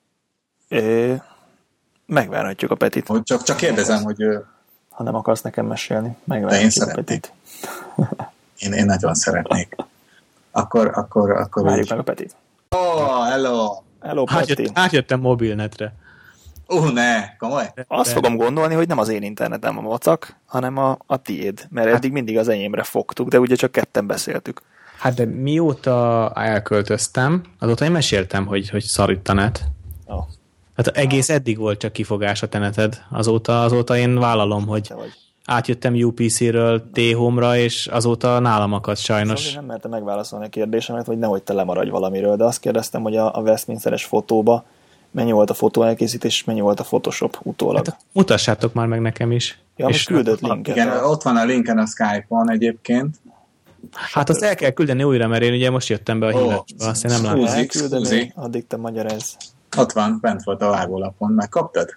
Megvárhatjuk a Petit. Csak kérdezem, hogy... Ha nem akarsz nekem mesélni, megvárhatjuk a Petit. Én nagyon szeretnék. Akkor várjuk meg a Petit. Hello! Hello, Peti. Átjöttem mobilnetre. Ne, komoly? Azt fogom gondolni, hogy nem az én internetem a vacak, hanem a tiéd, mert eddig mindig az enyémre fogtuk, de ugye csak ketten beszéltük. Hát de mióta elköltöztem, azóta én meséltem, hogy szar itt a net. Hát egész eddig volt csak kifogás a teneted. Azóta én vállalom, hogy átjöttem UPC-ről T-Home-ra, és azóta nálam akadt sajnos. Szóval nem mertem megválaszolni a kérdésemet, hogy nehogy te lemaradj valamiről, de azt kérdeztem, hogy a Westminster-es fotóba mennyi volt a fotó elkészítés, és mennyi volt a Photoshop utólag. Hát, mutassátok már meg nekem is. Ja, és küldött linket. Igen, ott van a linken a Skype-on egyébként. Hát azt el kell küldeni újra, mert én ugye most jöttem be a hívásba, azt én nem látom. Elküldeni, addig te magyarázz. Ott van, bent volt a vágólapon. Megkaptad?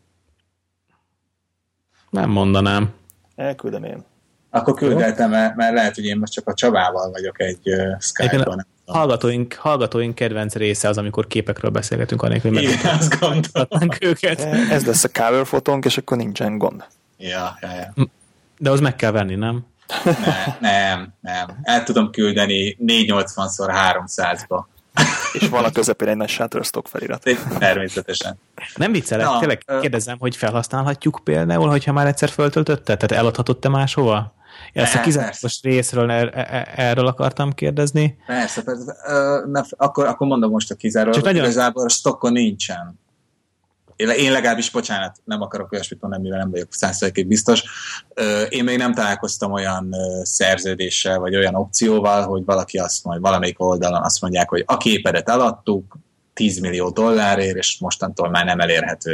Nem mondanám. Elküldem én. Akkor küldeltem, mert lehet, hogy én most csak a Csabával vagyok egy Skype-on. Hallgatóink kedvenc része az, amikor képekről beszélgetünk, anélkül, hogy megmutatnánk őket. Ez lesz a cover fotónk, és akkor nincsen gond. Ja. De az meg kell venni, nem? Nem. El tudom küldeni 480x300-ba. És van a közepén egy nagy Shutterstock felirat. Természetesen. Nem viccelek, tényleg kérdezem, hogy felhasználhatjuk például, hogyha már egyszer föltöltötted? Tehát eladhatod te máshova? Ezt a kizáros részről erről akartam kérdezni. Persze. Akkor mondom most a kizáról. Igazából a stockon nincsen. Én legalábbis, bocsánat, nem akarok olyasmit mondani, mivel nem vagyok 100%-ig biztos. Én még nem találkoztam olyan szerződéssel, vagy olyan opcióval, hogy valaki azt mondja, valamelyik oldalon azt mondják, hogy a képedet eladtuk $10 millió, és mostantól már nem elérhető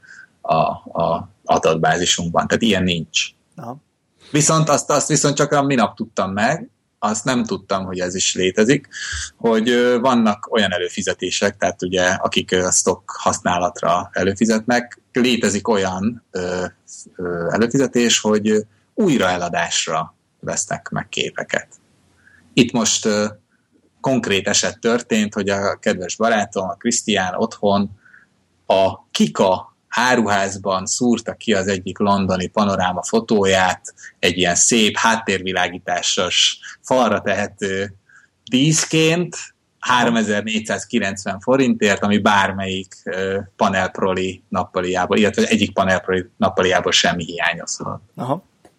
a adatbázisunkban. Tehát ilyen nincs. Aha. Viszont azt viszont csak a minap tudtam meg, azt nem tudtam, hogy ez is létezik, hogy vannak olyan előfizetések, tehát ugye akik a stock használatra előfizetnek, létezik olyan előfizetés, hogy újraeladásra vesznek meg képeket. Itt most konkrét eset történt, hogy a kedves barátom, a Krisztián otthon a Kika áruházban szúrta ki az egyik londoni panoráma fotóját, egy ilyen szép háttérvilágításos, falra tehető díszként, 3490 forintért, ami bármelyik panelproli nappaliából, illetve egyik panelproli nappaliából semmi hiányozhat. Aha.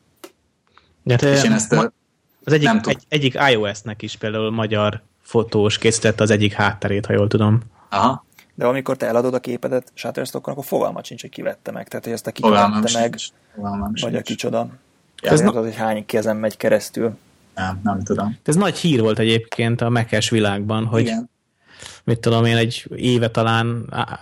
És én ezt az egyik iOS-nek is például magyar fotós készítette az egyik hátterét, ha jól tudom. Aha. De amikor te eladod a képedet Shutterstockon, akkor fogalmat sincs, hogy kivette meg. Tehát, hogy ezt a kivette meg, vagy a kicsoda. Ja, ez hogy hány kezen megy keresztül. Nem tudom. Ez nagy hír volt egyébként a Mac-es világban, hogy igen. Mit tudom én, egy éve talán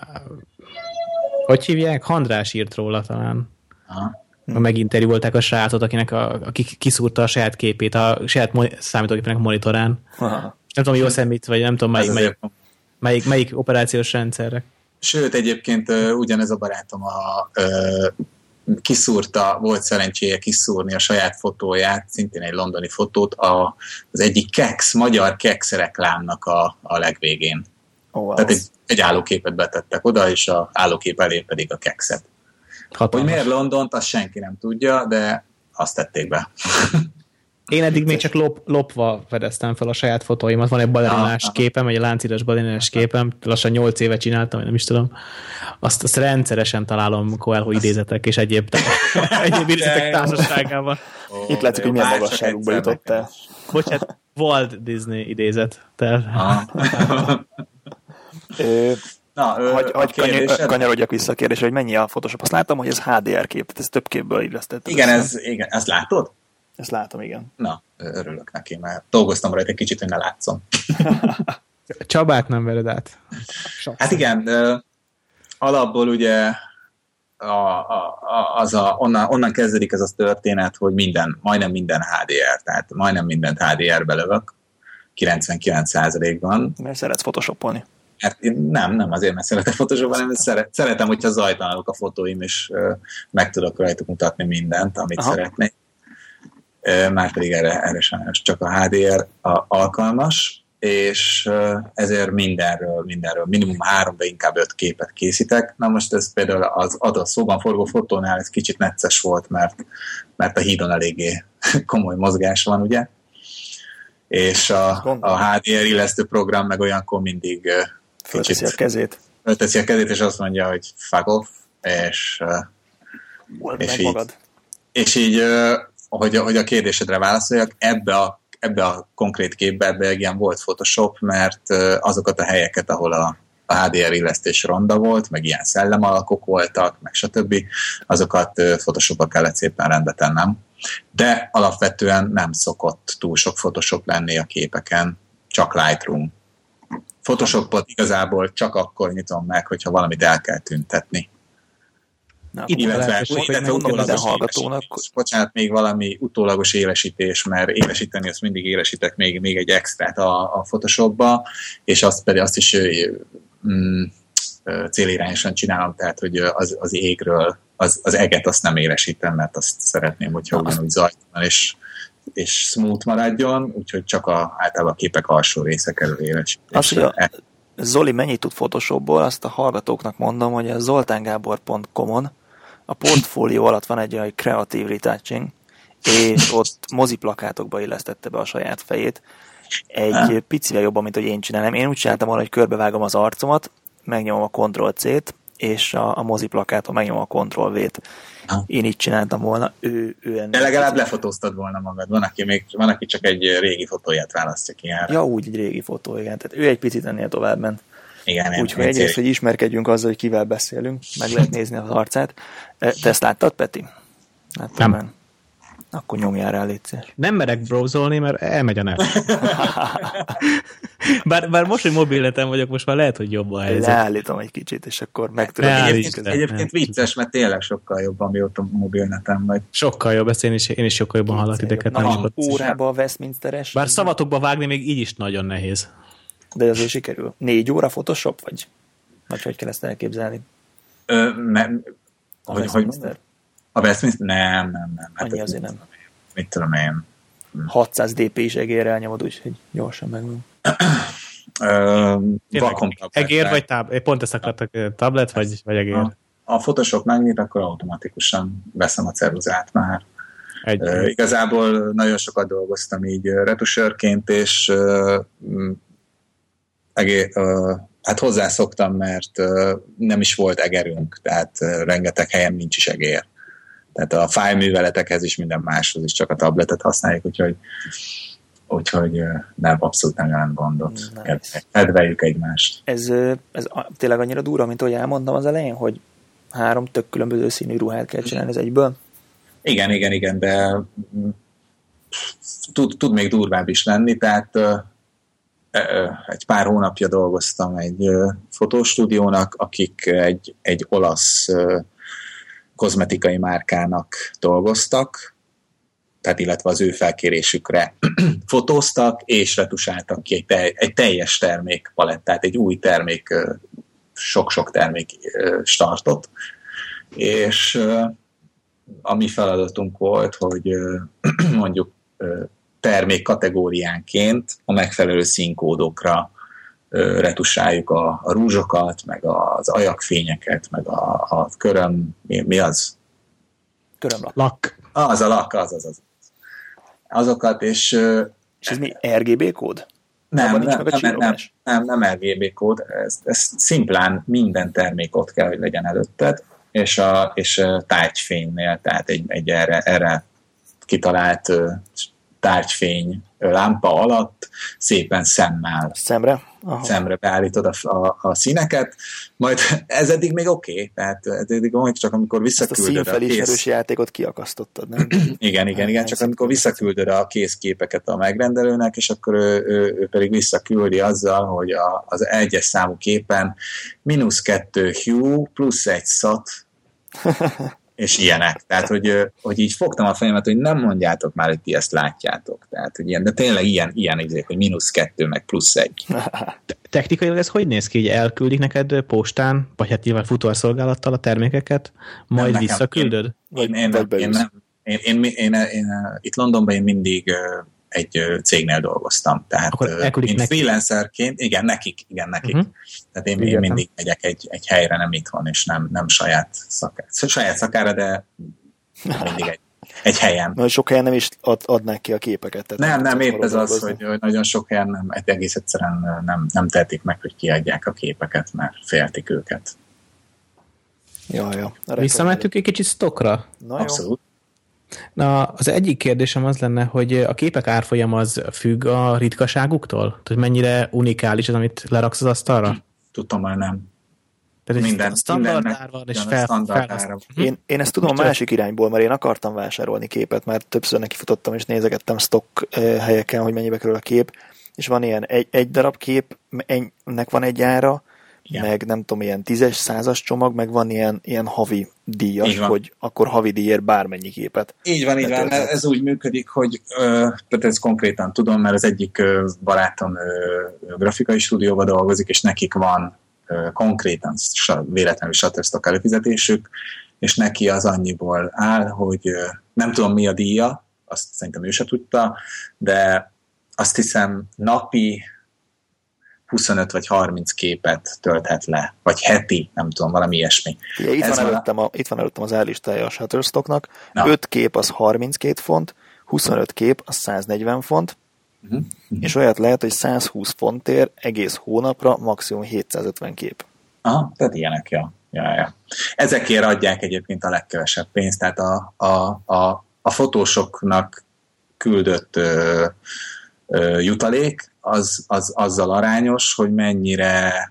hogy hívják? Handrás írt róla talán. Meginterjúolták a srácot, aki kiszúrta a saját képét a saját számítógépének a monitorán. Aha. Nem tudom, Yosemite, vagy nem tudom, melyik operációs rendszerre. Sőt, egyébként ugyanez a barátom kiszúrta, volt szerencséje kiszúrni a saját fotóját, szintén egy londoni fotót, az egyik magyar Kex reklámnak a legvégén. Wow. Tehát egy állóképet betettek oda, és az állókép elé pedig a Kexet. Hatalmas. Hogy miért Londont, azt senki nem tudja, de azt tették be. Én eddig még csak lopva fedeztem fel a saját fotóimat. Van egy balerinás képem, egy láncidas balerinás képem, lassan 8 éve csináltam, vagy nem is tudom. Azt rendszeresen találom Coelho idézetek és egyéb idézetek társaságában. Itt látszik, hogy milyen magasságukba jutottál. Bocsánat, Walt Disney idézet. Kanyarodjak vissza a kérdésre, hogy mennyi a Photoshop. Azt láttam, hogy ez HDR kép, tehát ez több képből illesztett. Igen, ezt látod? Ezt látom, igen. Na, örülök neki, mert dolgoztam rajta egy kicsit, hogy ne látszom. Csabát nem vered át. Hát igen, alapból ugye onnan kezdődik ez a történet, hogy majdnem minden HDR, tehát majdnem mindent HDR-be lövök, 99%-ban. Mert szeretsz photoshopolni? Hát nem azért, mert szeretek photoshopolni, hanem szeretem, hogyha zajtalanok a fotóim, és meg tudok rajtuk mutatni mindent, amit szeretnék. Márpedig erre sajnos csak a HDR alkalmas, és ezért mindenről minimum 3, de inkább 5 képet készítek. Na most ez például az adott szóban forgó fotónál ez kicsit necces volt, mert a hídon eléggé komoly mozgás van, ugye? És a HDR illesztő program meg olyankor mindig fölteszi a kezét. Fölteszi a kezét, és azt mondja, hogy fuck off, és így hogy a kérdésedre válaszoljak, ebbe a konkrét képbe Belgián volt Photoshop, mert azokat a helyeket, ahol a HDR illesztés ronda volt, meg ilyen szellemalakok voltak, meg stb., azokat Photoshopba kellett szépen rendbe tennem. De alapvetően nem szokott túl sok Photoshop lenni a képeken, csak Lightroom. Photoshopot igazából csak akkor nyitom meg, hogyha valamit el kell tüntetni. Bocsánat, még valami utólagos élesítés, mert élesíteni azt mindig élesítek még egy extrát a Photoshopba, és azt is célirányosan csinálom, tehát hogy az égről az eget azt nem élesítem, mert azt szeretném, hogyha ugyanúgy zajtalan és smooth maradjon, úgyhogy csak általában a képek alsó része kerül élesítésre. Zoli mennyit tud Photoshopból, azt a hallgatóknak mondom, hogy a zoltangabor.com-on a portfólió alatt van egy olyan Creative Retouching, és ott moziplakátokba illesztette be a saját fejét. Egy picivel jobban, mint hogy én csinálom. Én úgy csináltam volna, hogy körbevágom az arcomat, megnyomom a Ctrl-C-t, és a moziplakáton megnyomom a Ctrl-V-t. Én így csináltam volna. De legalább lefotóztad volna magad. Van, aki csak egy régi fotóját választja ki erre. Ja, úgy egy régi fotó, igen. Tehát ő egy picit ennél tovább ment. Igen, úgyhogy egyrészt, hogy ismerkedjünk azzal, hogy kivel beszélünk, meg lehet nézni az arcát. Te ezt láttad, Peti? Nem. Akkor nyomjál rá, légy szíves. Nem merek browsolni, mert elmegy a net. bár most, hogy mobilneten vagyok, most már lehet, hogy jobb a helyzet. Leállítom egy kicsit, és akkor meg tudod. Egyébként vicces, mert tényleg sokkal jobb, amióta mobilneten vagy. Sokkal jobb, ezt én is sokkal jobban hallak titeket. Órába a Westminsteres. Bár szavatokba vágni még így is nagyon nehéz. De azért sikerül. 4 óra Photoshop, vagy hogy kell ezt elképzelni? A Westminster? A Westminster? Nem. Annyi azért nem. Mit tudom én. 600 dp is egérre elnyomod, úgyhogy gyorsan megvan. Egér vagy tablet? Pont ezt akartak, tablet vagy egér? A Photoshop megnyit, akkor automatikusan veszem a ceruzát már. Igazából nagyon sokat dolgoztam így retusőrként, és hát hozzászoktam, mert nem is volt egerünk, tehát rengeteg helyen nincs is egér. Tehát a fájlműveletekhez is minden máshoz is csak a tabletet használjuk, úgyhogy nem, abszolút nem jelent gondot. Kedveljük egymást. Ez tényleg annyira durva, mint ahogy elmondtam az elején, hogy 3 tök különböző színű ruhát kell csinálni az egyből? Igen, de tud még durvább is lenni, tehát egy pár hónapja dolgoztam egy fotostúdiónak, akik egy olasz kozmetikai márkának dolgoztak, tehát illetve az ő felkérésükre fotóztak, és retusáltak ki egy teljes termékpalettát, egy új termék, sok-sok termék startot, és a mi feladatunk volt, hogy mondjuk termék kategóriánként a megfelelő színkódokra retusáljuk a rúzsokat, meg az ajakfényeket, meg a köröm, mi az? Körömlak. Lak. Az a lak, az. azokat, és ez mi, RGB kód? Nem RGB kód, ez szimplán minden termék ott kell, hogy legyen előtted, és a tárgyfénynél, tehát egy erre kitalált tárgyfény lámpa alatt szépen szemre beállítod a színeket, majd ez eddig még oké, tehát eddig csak amikor visszaküldöd a színfelismerős játékot kiakasztottad, nem? Igen, csak amikor visszaküldöd a kész képeket a megrendelőnek, és akkor ő pedig visszaküldi azzal, hogy az egyes számú képen -2 hue plusz 1 szat, és ilyenek. Tehát, hogy így fogtam a fejemet, hogy nem mondjátok már, hogy ti ezt látjátok. Tehát, hogy ilyen, de tényleg ilyen izék, hogy -2 meg +1. Technikailag ez hogy néz ki? Hogy elküldik neked postán, vagy hát nyilván futószolgálattal a termékeket, majd nem, visszaküldöd? Én itt Londonban én mindig egy cégnél dolgoztam. Tehát mint freelancerként, igen, nekik. Tehát én mindig megyek egy helyre, nem itthon, és nem saját szakára, de mindig egy helyen. Na, sok helyen nem is adnák ki a képeket. Tehát nem, épp ez az, hogy nagyon sok helyen egész egyszerűen nem tehetik meg, hogy kiadják a képeket, mert féltik őket. Ja. Visszamentünk egy kicsit stockra. Abszolút. Na, az egyik kérdésem az lenne, hogy a képek árfolyam az függ a ritkaságuktól? Tehát, hogy mennyire unikális az, amit leraksz az asztalra? Tudom, már nem. Tehát minden standard ár van, és Én ezt tudom a másik irányból, mert én akartam vásárolni képet, mert többször nekifutottam, és nézegettem stock helyeken, hogy mennyibe kerül a kép, és van ilyen egy darab kép, ennek van egy ára, igen. Meg nem tudom, ilyen 10-es, 100-as csomag, meg van ilyen havi díjas, hogy akkor havi díjért bármennyi képet. Így van, ez úgy működik, hogy tehát ezt konkrétan tudom, mert az egyik barátom grafikai stúdióban dolgozik, és nekik van konkrétan véletlenül Shutterstock előfizetésük, és neki az annyiból áll, hogy nem tudom mi a díja, azt szerintem ő se tudta, de azt hiszem napi 25 vagy 30 képet tölthet le, vagy heti, nem tudom, valami ilyesmi. Itt van előttem az álllistája a Shutterstocknak. 5 kép az 32 font, 25 kép az 140 font, és olyat lehet, hogy 120 fontért egész hónapra maximum 750 kép. Aha, tehát ilyenek, ja. Ezekért adják egyébként a legkevesebb pénzt, tehát a fotósoknak küldött jutalék, az azzal arányos, hogy mennyire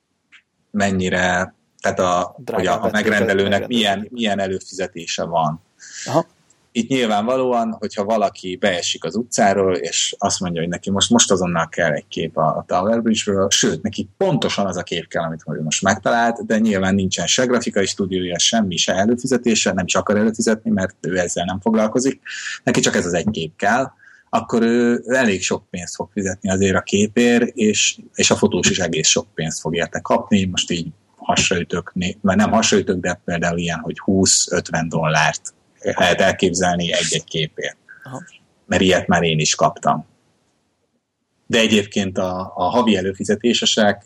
tehát hogy a megrendelőnek milyen előfizetése van. Aha. Itt nyilvánvalóan, hogyha valaki beesik az utcáról, és azt mondja, hogy neki most azonnal kell egy kép a Tower Bridge-ről, sőt, neki pontosan az a kép kell, amit most megtalált, de nyilván nincsen se grafikai stúdiója, semmi, se előfizetése, nem is akar előfizetni, mert ő ezzel nem foglalkozik. Neki csak ez az egy kép kell, akkor ő elég sok pénzt fog fizetni azért a képért, és a fotós is egész sok pénzt fog érte kapni. Most így hasraütök, mert nem hasraütök, de például ilyen, hogy $20-50 lehet elképzelni egy-egy képért. Aha. Mert ilyet már én is kaptam. De egyébként a havi előfizetésesek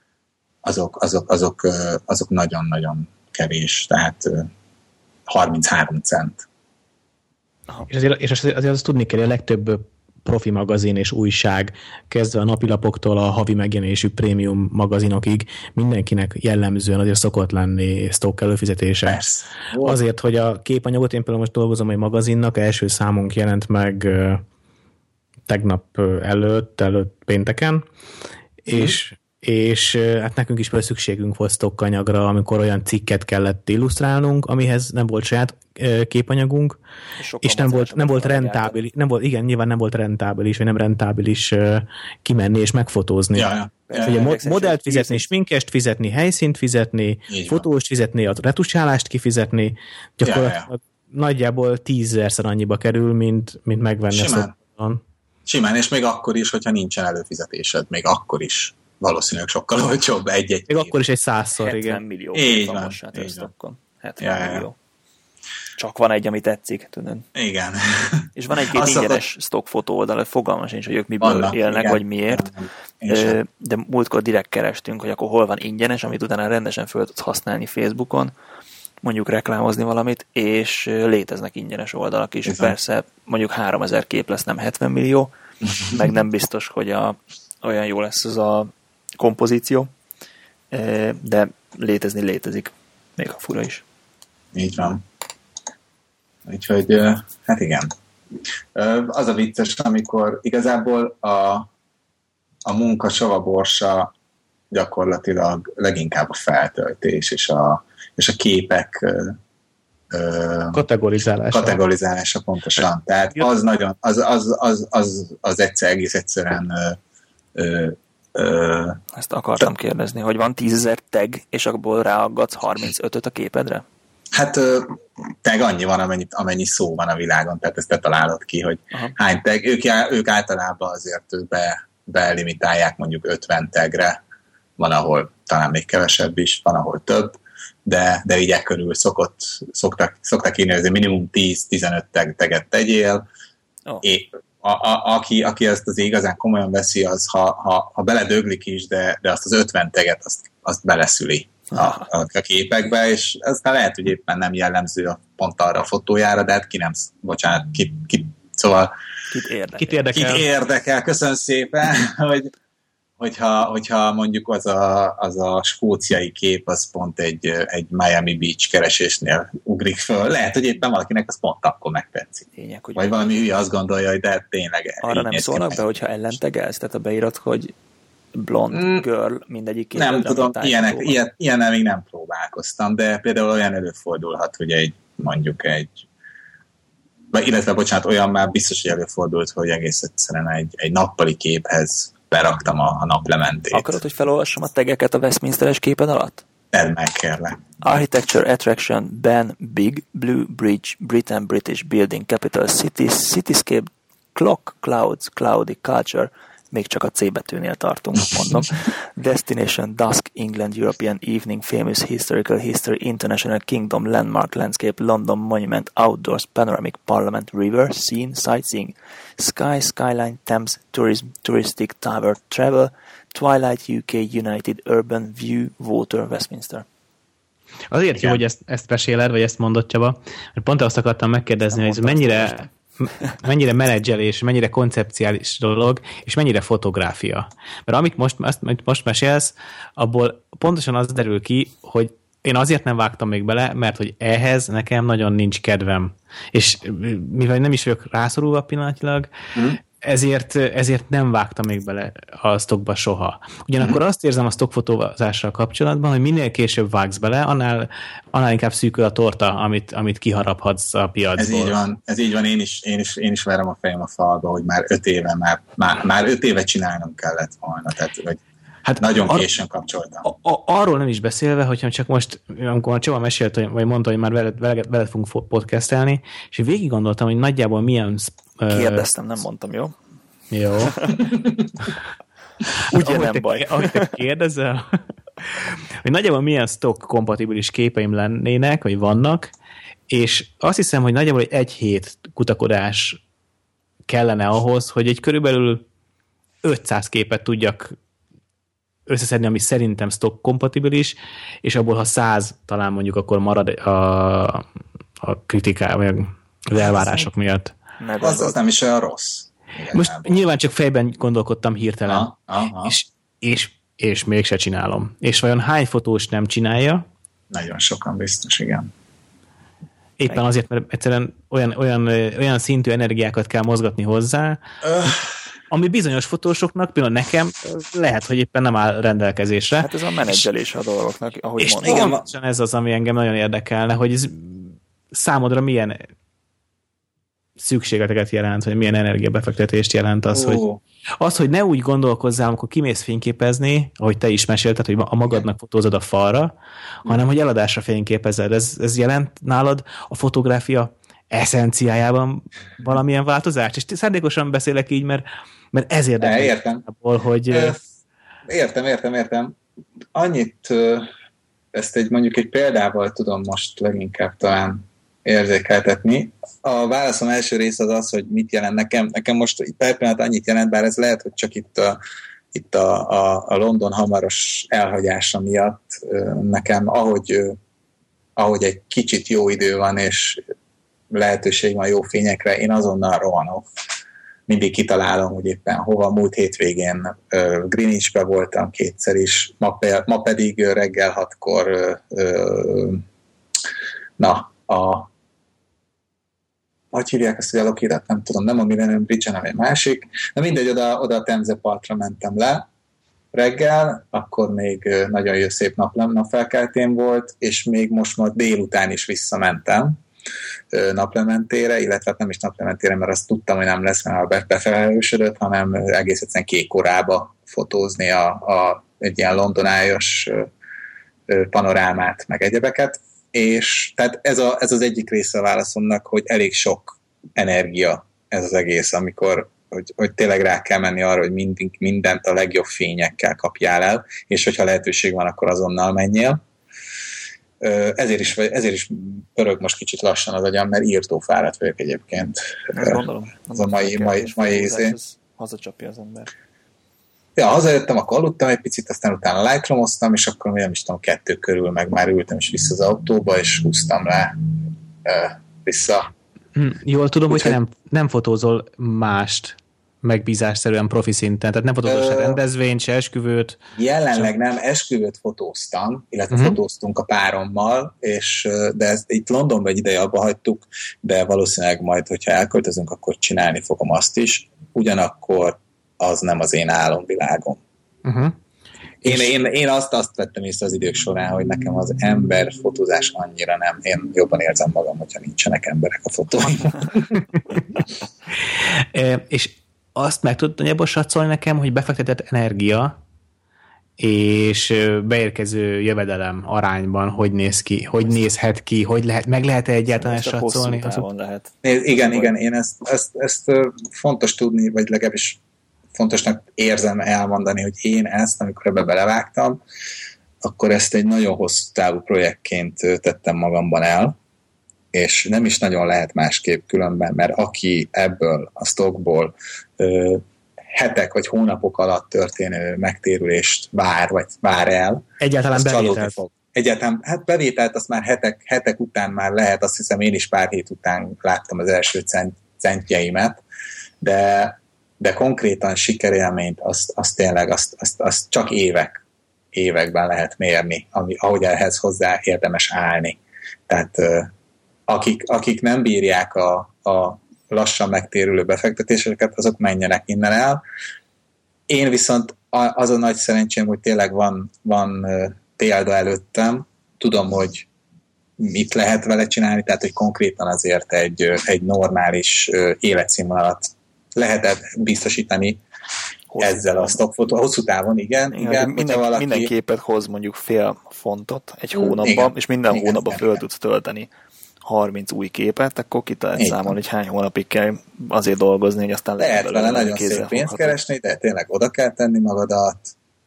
azok nagyon-nagyon kevés, tehát 33 cent. És azért azt tudni kell, hogy a legtöbb profi magazin és újság, kezdve a napilapoktól a havi megjelenésű prémium magazinokig mindenkinek jellemzően azért szokott lenni stock előfizetése. Persze. Azért, hogy a képanyagot, én például most dolgozom egy magazinnak, első számunk jelent meg tegnap előtt pénteken, és hát nekünk is például szükségünk volt stockanyagra, amikor olyan cikket kellett illusztrálnunk, amihez nem volt saját képanyagunk, és nem volt rentábilis, nyilván nem volt rentábilis, vagy nem rentábilis kimenni és megfotózni. Ugye modellt fizetni, sminkest fizetni, helyszínt fizetni, fotóst fizetni, a retusálást kifizetni, gyakorlatilag nagyjából 10-szer annyiba kerül, mint megvenni a stockon. Simán, és még akkor is, hogyha nincsen előfizetésed, még akkor is valószínűleg sokkal olcsóbb egy-egy még akkor is egy 100-szor, 70 millió. Így van. 70 millió. Csak van egy, ami tetszik, tudod. Igen. És van egy-két ingyenes stockfotó oldal, hogy fogalmas sincs, hogy ők miből élnek, igen, vagy miért. De múltkor direkt kerestünk, hogy akkor hol van ingyenes, amit utána rendesen föl tudsz használni Facebookon. mondjuk reklámozni valamit, és léteznek ingyenes oldalak is. Bizony. Persze mondjuk 3000 kép lesz, nem 70 millió, meg nem biztos, hogy olyan jó lesz az a kompozíció, de létezik, még ha fura is. Így van. Úgyhogy, hát igen. Az a vicces, amikor igazából a munka savaborsa gyakorlatilag leginkább a feltöltés és a képek kategorizálása pontosan. Tehát az nagyon, az egész egyszerűen ezt akartam kérdezni, hogy van 10 000 tag, és abból ráaggatsz 35-öt a képedre? Hát tag annyi van, amennyi szó van a világon, tehát ezt te találod ki, hogy hány tag. Ők általában azért belimitálják mondjuk 50 tagre, van, ahol talán még kevesebb is, van, ahol több, de így körül szoktak írni, hogy minimum 10-15 taget tegyél. Aki ezt az igazán komolyan veszi, az ha beledöglik is, de azt az 50 taget azt beleszüli a képekbe, és aztán lehet, hogy éppen nem jellemző pont arra a fotójára, de hát szóval Kit érdekel? Köszönöm szépen, hogyha mondjuk az a skóciai kép, az pont egy Miami Beach keresésnél ugrik föl. Lehet, hogy éppen valakinek az pont akkor megtetszik. Vagy valami hülye azt gondolja, hogy de tényleg... Arra nem szólnak be, hogyha ellentegelsz, tehát a beírat, hogy blond girl mindegyik képet. Nem tudom, ilyennel még nem próbálkoztam, de például olyan előfordulhat, hogy olyan már biztos, hogy előfordult, hogy egész egyszerűen egy nappali képhez beraktam a naplementét. Akarod, hogy felolvassam a tegeket a Westminsteres képen alatt? Edd meg, kérlek. Architecture Attraction Ben Big Blue Bridge Britain British Building Capital Cities Cityscape Clock Clouds Cloudy Culture, még csak a C betűnél tartunk, mondom. Destination Dusk England European Evening Famous Historical History International Kingdom Landmark Landscape London Monument Outdoors Panoramic Parliament River Scene Sightseeing Sky Skyline Thames Tourism Touristic Tower Travel Twilight UK United Urban View Water Westminster. Azért jó, hogy ezt meséled, vagy ezt mondott Csaba, mert pont azt akartam megkérdezni, hogy mennyire menedzselés, mennyire koncepciális dolog, és mennyire fotográfia. Mert amit most mesélsz, abból pontosan az derül ki, hogy én azért nem vágtam még bele, mert hogy ehhez nekem nagyon nincs kedvem. És mivel nem is vagyok rászorulva pillanatilag, ezért nem vágtam még bele a stockba soha. Ugyanakkor azt érzem a stockfotózással kapcsolatban, hogy minél később vágsz bele, annál inkább szűkül a torta, amit kiharaphatsz a piacból. Ez így van, én is verem a fejem a falba, hogy már 5 éve, már 5 éve csinálnom kellett volna, tehát hogy nagyon későn kapcsoltam. Arról nem is beszélve, hogyha csak most, amikor Csaba mesélt, vagy mondta, hogy már veled fogunk podcastelni, és végig gondoltam, hogy nagyjából milyen... Kérdeztem, nem mondtam, jó? Jó. Ugye nem baj. Ahogy te kérdezel, hogy nagyjából milyen stock kompatibilis képeim lennének, vagy vannak, és azt hiszem, hogy nagyjából egy hét kutakodás kellene ahhoz, hogy egy körülbelül 500 képet tudjak összeszedni, ami szerintem stock kompatibilis, és abból, ha 100 talán mondjuk, akkor marad a kritiká, vagy az elvárások miatt. Az nem is olyan rossz. Most nyilván csak fejben gondolkodtam hirtelen, és mégse csinálom. És vajon hány fotós nem csinálja? Nagyon sokan biztos, igen. Éppen azért, mert egyszerűen olyan szintű energiákat kell mozgatni hozzá, ami bizonyos fotósoknak, például nekem, lehet, hogy éppen nem áll rendelkezésre. Hát ez a menedzselés a dolgoknak, ahogy és mondom. És ez az, ami engem nagyon érdekelne, hogy ez számodra szükségleteket jelent, hogy milyen energiabefektetést jelent az, hogy ne úgy gondolkozzál, amikor kimész fényképezni, ahogy te is mesélted, hogy a magadnak fotózod a falra, hanem hogy eladásra fényképezed. Ez jelent nálad a fotográfia eszenciájában valamilyen változást? És szándékosan beszélek így, mert ez érdekel. Értem. Hogy... Értem. Annyit ezt mondjuk egy példával tudom most leginkább talán érzékeltetni. A válaszom első része az, hogy mit jelent nekem. Nekem most per pillanat annyit jelent, bár ez lehet, hogy csak itt a London hamaros elhagyása miatt nekem, ahogy ahogy egy kicsit jó idő van, és lehetőség van jó fényekre, én azonnal rohanok. Mindig kitalálom, hogy éppen hova. Múlt hétvégén Greenwichbe voltam kétszer is, ma pedig reggel 6-kor hogy hívják ezt, hogy a Lockheed-et, nem tudom, nem a Millennium Bridge, hanem egy másik. De mindegy, oda a Temze-partra mentem le reggel, akkor még nagyon jó szép napfelkeltén volt, és még most délután is visszamentem naplementére, illetve nem is naplementére, mert azt tudtam, hogy nem lesz, mert befelelősödött, hanem egész egyszerűen kékorába fotózni egy ilyen londonájos panorámát, meg egyebeket, és tehát ez az egyik része a válaszomnak, hogy elég sok energia ez az egész, amikor hogy tényleg rá kell menni arra, hogy mindent a legjobb fényekkel kapjál el, és hogyha lehetőség van, akkor azonnal menjél. Ezért is pörög most kicsit lassan az agyam, mert írtó fáradt vagyok egyébként. Ezt gondolom. Az a mai izé. Hazacsapja az ember. Ja, hazajöttem, akkor aludtam egy picit, aztán utána Lightroom-oztam, és akkor nem is tudom, 2 körül meg már ültem is vissza az autóba, és húztam le vissza. Jól tudom, hogy nem fotózol mást megbízásszerűen profi szinten, tehát nem fotózol se rendezvényt, se esküvőt. Jelenleg nem, esküvőt fotóztam, illetve fotóztunk a párommal, de itt Londonban egy ideje abba hagytuk, de valószínűleg majd, hogyha elköltözünk, akkor csinálni fogom azt is. Ugyanakkor az nem az én álomvilágom. Én azt vettem észre az idők során, hogy nekem az emberfotózás annyira nem. Én jobban érzem magam, hogyha nincsenek emberek a fotóimon. És azt meg tudod nagyjából satszolni nekem, hogy befektetett energia és beérkező jövedelem arányban hogy néz ki, hogy nézhet ki, hogy meg lehet-e egyáltalán satszolni? Lehet. Igen, én ezt fontos tudni, vagy legalábbis fontosnak érzem elmondani, hogy én ezt, amikor ebbe belevágtam, akkor ezt egy nagyon hosszú távú projektként tettem magamban el, és nem is nagyon lehet másképp különben, mert aki ebből a stockból hetek vagy hónapok alatt történő megtérülést vár el, egyáltalán bevételt fog. Egyáltalán, hát bevételt azt már hetek után már lehet, azt hiszem én is pár hét után láttam az első centjeimet, de konkrétan sikerélményt azt tényleg azt csak években lehet mérni, ahogy ehhez hozzá érdemes állni. Tehát akik nem bírják a lassan megtérülő befektetéseket, azok menjenek innen el. Én viszont az a nagy szerencsém, hogy tényleg van példa előttem, tudom, hogy mit lehet vele csinálni, tehát hogy konkrétan azért egy normális életszínvonalat lehet biztosítani ezzel a stockfotó. Hosszú távon, igen. Minden képet hoz mondjuk fél fontot egy hónapban, és minden hónapban föl tudsz tölteni 30 új képet, akkor ki lehet számolni, hogy hány hónapig kell azért dolgozni, hogy aztán lehet vele nagyon szép pénzt keresni, de tényleg oda kell tenni magadat,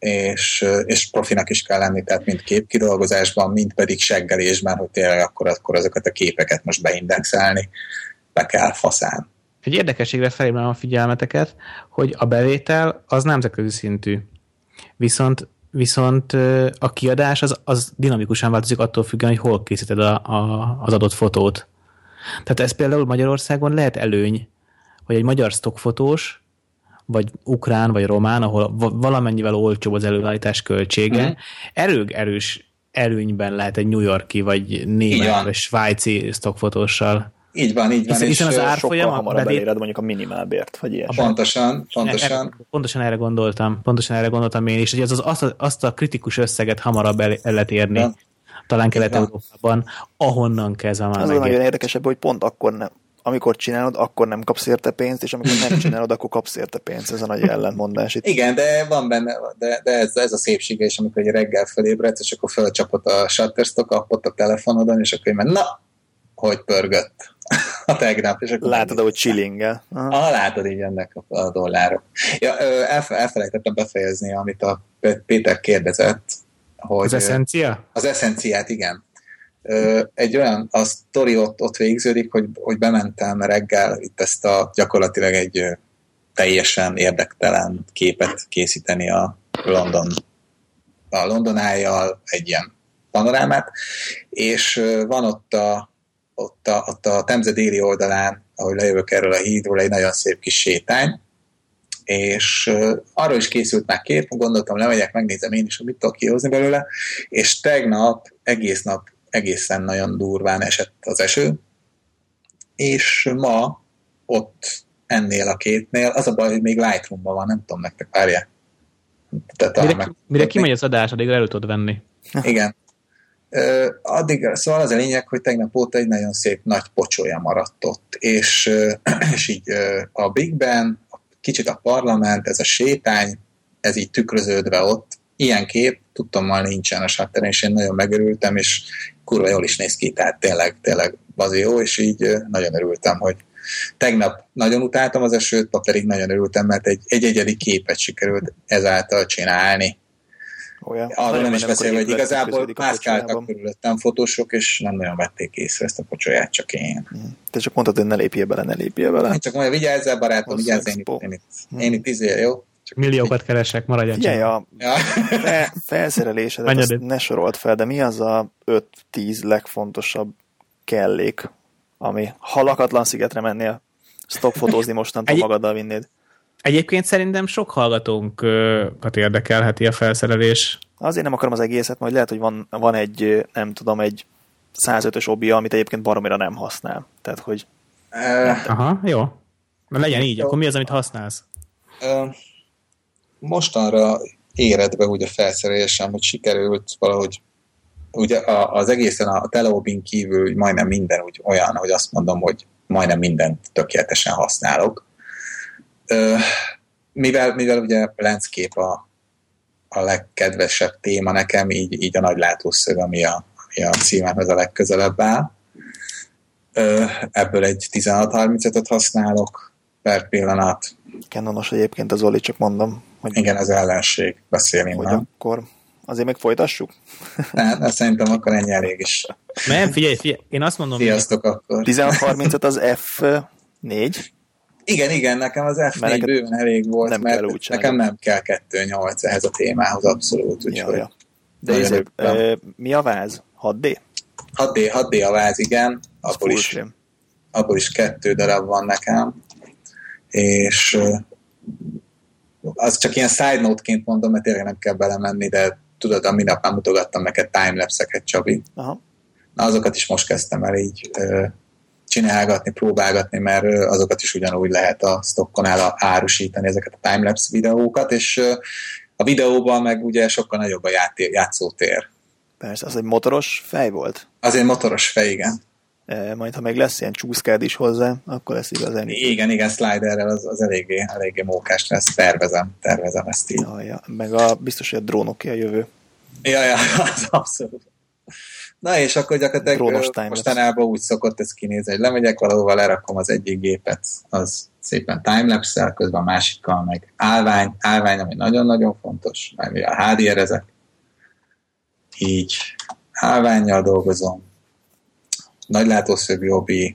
és profinak is kell lenni, tehát mind képkidolgozásban, mind pedig seggelésben, hogy tényleg akkor azokat a képeket most beindexelni, be kell faszán. Egy érdekességre felhívnám a figyelmeteket, hogy a bevétel az nemzetközi szintű. Viszont a kiadás az dinamikusan változik attól függően, hogy hol készíted az adott fotót. Tehát ez például Magyarországon lehet előny, hogy egy magyar stockfotós, vagy ukrán, vagy román, ahol valamennyivel olcsóbb az előállítás költsége, erős előnyben lehet egy New York-i, vagy német, vagy svájci stockfotóssal. Így van. Hiszen az árfolyam hamarabb eléred mondjuk a minimálbért, vagy ilyesmi. Pontosan erre gondoltam én is, hogy azt a kritikus összeget hamarabb el lehet érni, talán Kelet-Európában, ahonnan kezdve már az nagyon érdekesebb, hogy pont akkor nem. Amikor csinálod, akkor nem kapsz érte pénzt, és amikor nem csinálod, akkor kapsz érte pénzt. Ez a nagy ellentmondás itt. Igen, de van benne, de ez a szépsége is, amikor egy reggel felébredsz, és akkor felcsapod a Shutterstock appot a telefonodon, és akkor na, hogy pörgött a tegnap. És akkor látod, hogy chillingel. Látod így ennek a dollárok. Ja, elfelejtettem befejezni, amit a Péter kérdezett. Hogy az eszencia? Az eszenciát, igen. Egy olyan, a sztori ott végződik, hogy bementem reggel itt ezt gyakorlatilag egy teljesen érdektelen képet készíteni a London Eye-jal, egy ilyen panorámát, és van ott a Temze déli oldalán, ahogy lejövök erről a hídról, egy nagyon szép kis sétány, és arról is készült már kép, gondoltam, lemegyek, megnézem én is, hogy mit tudok kihozni belőle, és tegnap, egész nap egészen nagyon durván esett az eső, és ma ott ennél a képnél, az a baj, hogy még Lightroom-ban van, nem tudom nektek, várják. Mire kimegy az adás, addigra elő tudod venni. Igen. Addig, szóval az a lényeg, hogy tegnap óta egy nagyon szép nagy pocsolya maradt ott, és így a Big Ben, kicsit a parlament, ez a sétány, ez így tükröződve ott, ilyen kép, tudtommal nincsen a Shutteren, és én nagyon megörültem, és kurva jól is néz ki, tehát tényleg bazi jó, és így nagyon örültem, hogy tegnap nagyon utáltam az esőt, ma pedig nagyon örültem, mert egy egyedi képet sikerült ezáltal csinálni. Arról nem is beszélve, hogy igazából mászkáltak körülöttem fotósok, és nem nagyon vették észre ezt a pocsolyát, csak én. Te csak mondtad, hogy ne lépjél bele. Én csak mondja, vigyázzál barátom, vigyázz, én itt jó? Csak milliókat keresek, maradjál csak. Figyelj, a felszerelésedet azt ne sorolt fel, de mi az a 5-10 legfontosabb kellék, ami ha lakatlan szigetre mennél, stockfotózni mostantól magaddal vinnéd? Egyébként szerintem sok hallgatónkat érdekelheti a felszerelés. Azért nem akarom az egészet, majd lehet, hogy van egy, nem tudom, egy 105-ös obia, amit egyébként baromira nem használ. Tehát, hogy... Aha, jó. Na legyen így, akkor mi az, amit használsz? Mostanra éred be úgy a felszerelésem, hogy sikerült valahogy ugye az egészen a teleobin kívül majdnem minden úgy olyan, hogy azt mondom, hogy majdnem mindent tökéletesen használok. Mivel ugye landscape a legkedvesebb téma nekem, így a nagy látószög, ami a címemhez a legközelebb áll. Ebből egy 16-35-öt használok per pillanat. Canonos egyébként az Oli, csak mondom. Hogy igen, az ellenség beszélni. Hogy nem? Akkor azért meg folytassuk? Nem, szerintem akkor ennyi elég is. Nem, figyelj, én azt mondom... Sziasztok akkor. 16-35 az F4? Igen, nekem az F4 bőven elég volt, nem mert nekem nem kell 2.8 ehhez a témához abszolút. Úgyhogy de mi a váz? 6D? 6D a váz, igen. Abból is 2 darab van nekem. És az csak ilyen side note-ként mondom, mert tényleg nem kell belemenni, de tudod, a minap már mutogattam neked timelapse-eket, Csabi. Aha. Na, azokat is most kezdtem el így csinálgatni, próbálgatni, mert azokat is ugyanúgy lehet a stockon árusítani, ezeket a timelapse videókat, és a videóban meg ugye sokkal nagyobb a játszótér. Persze, az egy motoros fej volt? Az egy motoros fej, igen. Majd ha meg lesz ilyen csúszkád is hozzá, akkor lesz igazán. Igen, sliderrel az eléggé mókás lesz, tervezem ezt így. Ja. Meg biztos, hogy a drónoké a jövő. Ja, az abszolút. Na és akkor gyakorlatilag mostanában úgy szokott ez kinézni, hogy lemegyek valahova, lerakom az egyik gépet, az szépen timelapse-szel, közben a másikkal meg állvány, ami nagyon-nagyon fontos, mert a HDR-ezek. Így állvánnyal dolgozom, nagy látószög jobbi.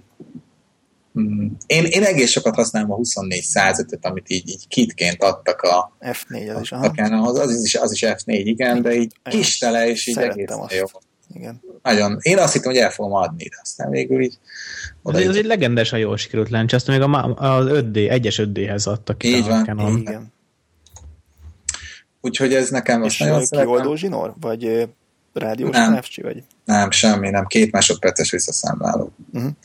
Én egész sokat használom a 24-105-öt, amit így kitként adtak a F4 az is F4, igen, de így kis tele, és így egészen jó. Igen. Nagyon. Én azt hittem, hogy el fogom adni, de aztán végül így... Az egy legendesen jól sikerült lencs, azt még az 5D, egyes 5D-hez adtak ki. Így van, igen. Úgyhogy ez nekem most nagyon szeretem. És kioldó zsinór? Vagy rádiós távcsi? Vagy? Nem, semmi, nem. 2 másodperces visszaszámláló.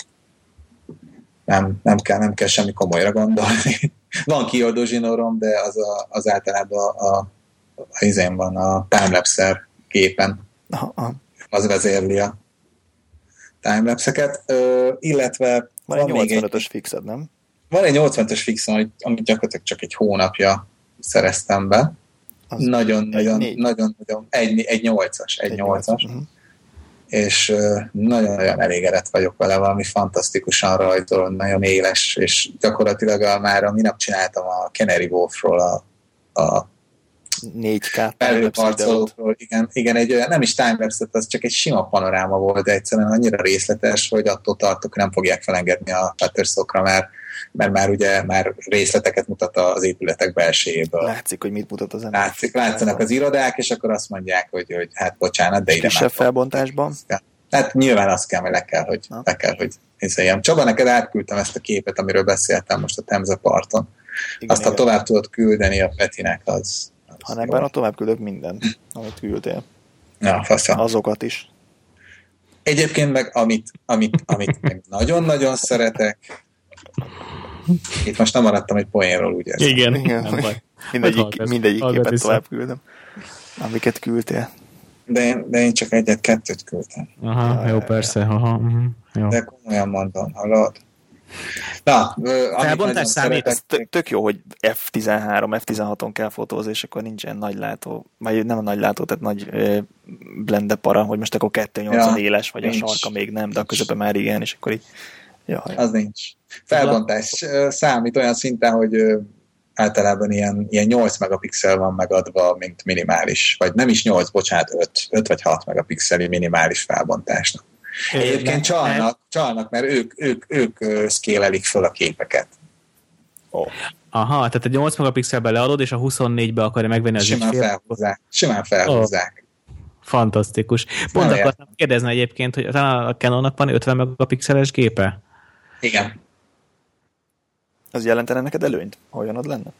Nem kell semmi komolyra gondolni. Van kioldó zsinórom, de az általában a izén van, a timelapse gépen. Aha. Az vezérli a timelapse-eket, illetve van egy 85-ös fixed, nem? Van egy 85-ös fixem, amit gyakorlatilag csak egy hónapja szereztem be. Nagyon, egy 8-as. És nagyon-nagyon elégedett vagyok vele, valami fantasztikusan rajzol, nagyon éles, és gyakorlatilag már a minap csináltam a Canary Wolfról a 4K előparcolókról, igen, egy olyan, nem is timelapse, az csak egy sima panoráma volt, de egyszerűen annyira részletes, hogy attól tartok, nem fogják felengedni a Shutterstockra, mert mert már ugye már részleteket mutat az épületek belsejéből. Látszik, hogy mit mutat az ember. Látszanak az irodák, és akkor azt mondják, hogy hát bocsánat, de ide kisebb felbontásban? Hát nyilván azt kell, hogy le kell, hogy nézzeljem. Csaba, neked átküldtem ezt a képet, amiről beszéltem most a Temze parton. Igen, azt, ha tovább tudod küldeni a Petinek, az ha nem bár, tovább küldök mindent, amit küldtél. Ja, faszom. Azokat is. Egyébként meg, amit meg nagyon-nagyon szeretek, itt most nem maradtam egy poénról, úgy érzem. Igen. Mindegyik képet tovább küldöm, amiket küldtél. De én csak egyet-kettőt küldtem. Aha, jó, persze. Aha, jó. De komolyan mondom, hallod? Na, felbontás számít. Tök jó, hogy F13, F16-on kell fotózni, és akkor nincsen nagylátó, vagy nem a nagylátó, tehát nagy blende para, hogy most akkor 2.8 éles, vagy nincs. A sarka még nem, de a közöpen már igen, és akkor így... Az nincs. Felbontás számít olyan szinten, hogy általában ilyen 8 megapixel van megadva, mint minimális. Vagy nem is 8, bocsánat, 5 vagy 6 megapixeli minimális felbontásnak. Egyébként csalnak, mert ők szkélelik föl a képeket. Aha, tehát egy 8 megapixelbe leadod, és a 24-be akarja megvenni az ügyfél. Simán felhúzzák. Fantasztikus. Pont akartam kérdezni egyébként, hogy a Canonnak van 50 megapixeles gépe? Igen. Az jelentene neked előnyt? Olyanod lenne?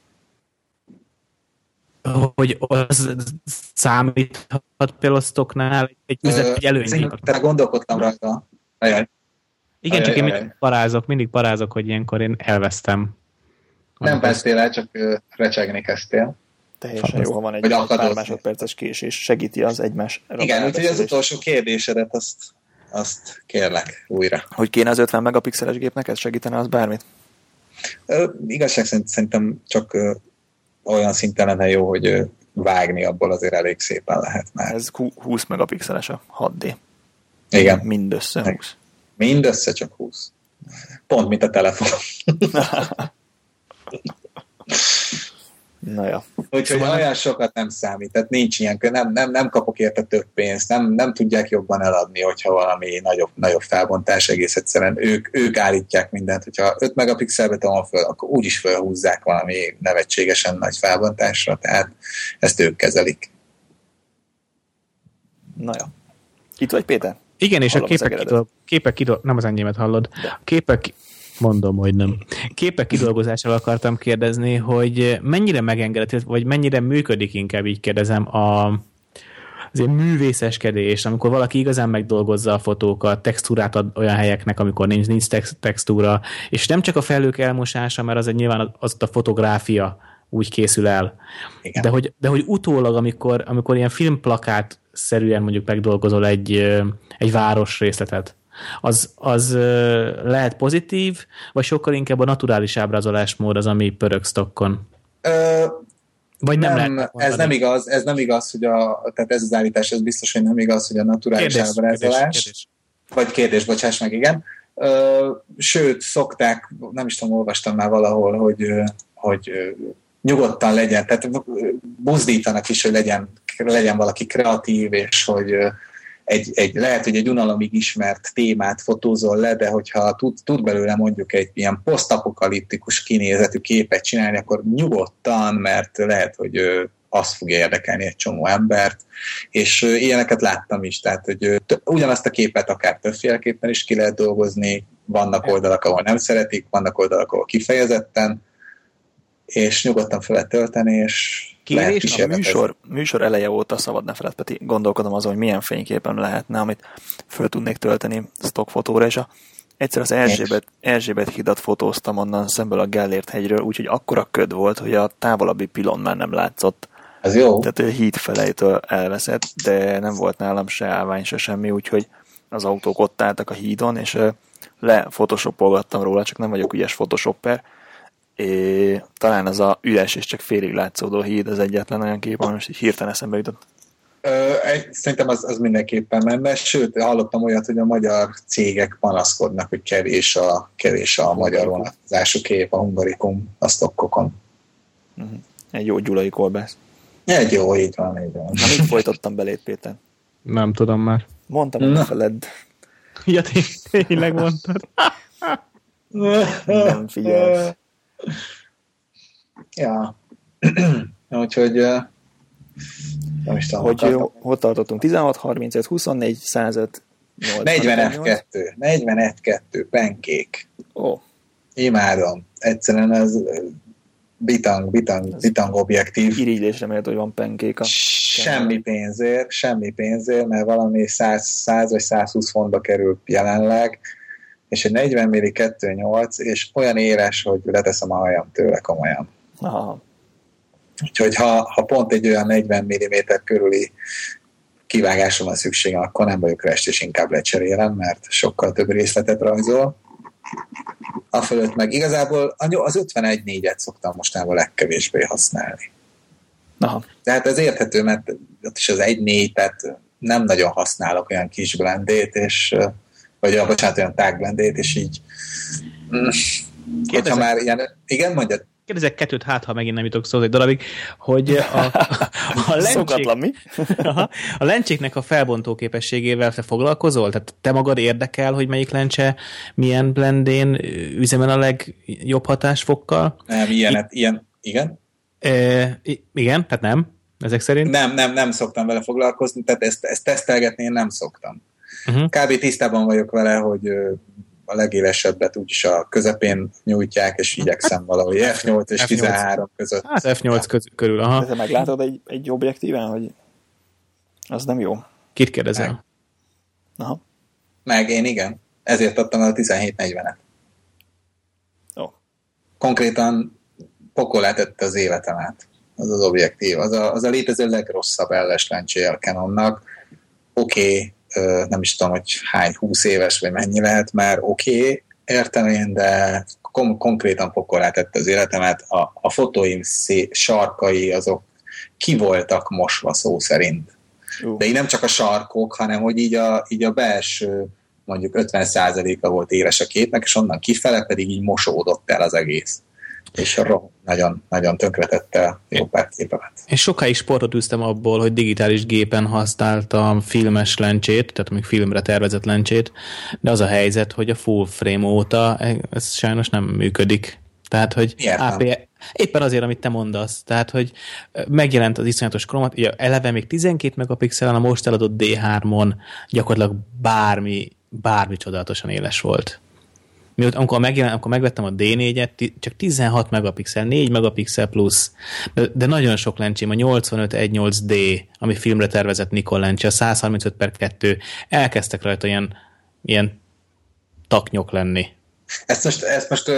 Hogy az számíthat például a stocknál egy előny. Gondolkodtam rajta. Igen, csak én mindig parázok, hogy ilyenkor én elvesztem. Nem vesztél el, csak recsegni kezdtél. Teljesen jó, ha van egy pár másodperces késés, segíti az egymás. Igen, úgyhogy az utolsó kérdésedet azt kérlek újra. Hogy kéne az 50 megapixeles gép neked, segítene az bármit? Igazság szerint szerintem csak olyan szinten lenne jó, hogy vágni abból azért elég szépen lehet már. Ez 20 megapixeles a 6D. Igen. Mindössze 20. Mindössze csak 20. Pont, mint a telefon. Na ja. Úgyhogy szóval olyan sokat nem számít, tehát nincs ilyen, nem kapok érte több pénzt, nem tudják jobban eladni, hogyha valami nagyobb felbontás, egész egyszerűen ők állítják mindent, hogyha 5 megapixelbe tolom föl, akkor úgyis felhúzzák valami nevetségesen nagy felbontásra, tehát ezt ők kezelik. Na ja. Itt vagy, Péter? Igen, és a képek nem az enyémet hallod. Mondom, hogy nem. Képek kidolgozásával akartam kérdezni, hogy mennyire megengedett, vagy mennyire működik, inkább így kérdezem, az ilyen művészeskedés, amikor valaki igazán megdolgozza a fotókat, textúrát ad olyan helyeknek, amikor nincs textúra, és nem csak a felhők elmosása, mert az nyilván az a fotográfia úgy készül el. De hogy utólag, amikor ilyen filmplakát szerűen mondjuk megdolgozol egy városrészletet, az lehet pozitív, vagy sokkal inkább a naturális ábrázolásmód az, ami pörög stockon? Vagy nem ez nem igaz, hogy tehát ez az állítás, ez biztos, hogy nem igaz, hogy a naturális ábrázolás. Vagy kérdés, bocsáss meg, igen. Sőt, szokták, nem is tudom, olvastam már valahol, hogy nyugodtan legyen, tehát buzdítanak is, hogy legyen valaki kreatív, és hogy lehet, hogy egy unalomig ismert témát fotózol le, de hogyha tud belőle mondjuk egy ilyen posztapokaliptikus kinézetű képet csinálni, akkor nyugodtan, mert lehet, hogy azt fogja érdekelni egy csomó embert, és ilyeneket láttam is, tehát hogy ugyanazt a képet akár többféleképpen is ki lehet dolgozni, vannak oldalak, ahol nem szeretik, vannak oldalak, ahol kifejezetten, és nyugodtan fel lehet tölteni, és lehet kísérletezni. A műsor eleje óta szabad ne felett, Peti, gondolkodom azon, hogy milyen fényképen lehetne, amit föl tudnék tölteni stockfotóra, és egyszer az Erzsébet hidat fotóztam onnan szemből a Gellért hegyről, úgyhogy akkora köd volt, hogy a távolabbi pilon már nem látszott. Az jó. Tehát a híd felejtől elveszett, de nem volt nálam se állvány, se semmi, úgyhogy az autók ott álltak a hídon, és lefotoshopolgattam róla, csak nem vagyok ügyes photoshopper. Talán az a üres és csak félig látszódó híd az egyetlen olyan kép, ami most így hirtelen eszembe jutott. Szerintem az mindenképpen menne, sőt, hallottam olyat, hogy a magyar cégek panaszkodnak, hogy kevés a magyar vonatkozású kép a Hungaricum, a stockokon. Egy jó gyulai kolbász. Egy jó, így van. Na, mit folytottam beléd, Péter? Nem tudom már. Mondtam, hogy ne feledd. Ja, tényleg mondtad. Nem figyelsz. Ja. Úgyhogy nem is tudom, hogy hol tartottunk? 16, 35, 24, 105, 41-2 pancake. Ó. Imádom. Egyszerűen ez bitang objektív. Irigylésre mért, hogy van pancake. Semmi pénzért, mert valami 100 vagy 120 fontba kerül jelenleg, és egy 40 milli 2.8, és olyan éles, hogy leteszem a hajam tőle komolyan. Aha. Úgyhogy ha pont egy olyan 40 mm körüli kivágásra van szükségem, akkor nem vagyok rest, és inkább lecserélem, mert sokkal több részletet rajzol. Afölött meg igazából az 51.4-et szoktam mostanában legkevésbé használni. Aha. Tehát ez érthető, mert ott is az 1.4, tehát nem nagyon használok olyan kis blendét, és vagy olyan tágblendét, és így hogyha már ilyen, igen, mondjad? Kérdezek kettőt, ha megint nem jutok szó egy darabig, hogy a lencséknek a felbontó képességével te foglalkozol? Tehát te magad érdekel, hogy melyik lencse milyen blendén üzemel a legjobb hatásfokkal? Nem, igen? Igen, tehát nem, ezek szerint? Nem szoktam vele foglalkozni, tehát ezt tesztelgetni én nem szoktam. Kb. Tisztában vagyok vele, hogy a legélesebbet úgyis a közepén nyújtják, és igyekszem valahogy F8 és 13 között. Hát F8 körül, aha. De te meglátod egy objektíven, hogy az nem jó? Kit kérdezel? Aha. Meg én igen. Ezért adtam el a 1740-et. Ó. Konkrétan pokolá tette az életemet. Az objektív. Az a létező legrosszabb elles lencséje a Canonnak. Oké, nem is tudom, hogy hány 20 éves, vagy mennyi lehet már, oké, értem én, de konkrétan pokolá tette az életemet. A fotóim sarkai azok ki voltak mosva szó szerint. De így nem csak a sarkok, hanem hogy így a belső mondjuk 50%-a volt éles a képnek, és onnan kifele pedig így mosódott el az egész. És nagyon, nagyon tönkretette a jó pár képemet. Én sokáig sportot üztem abból, hogy digitális gépen használtam filmes lencsét, tehát még filmre tervezett lencsét, de az a helyzet, hogy a full frame óta ez sajnos nem működik. Tehát, hogy éppen azért, amit te mondasz. Tehát, hogy megjelent az iszonyatos kromat, ugye eleve még 12 megapixelen, a most eladott D3-on gyakorlatilag bármi csodálatosan éles volt. Amikor megvettem a D4-et, csak 16 megapixel, 4 megapixel plusz, de nagyon sok lencsém, a 85-1.8D, ami filmre tervezett Nikon lencse, a 135/2, elkezdtek rajta ilyen taknyok lenni. Ezt most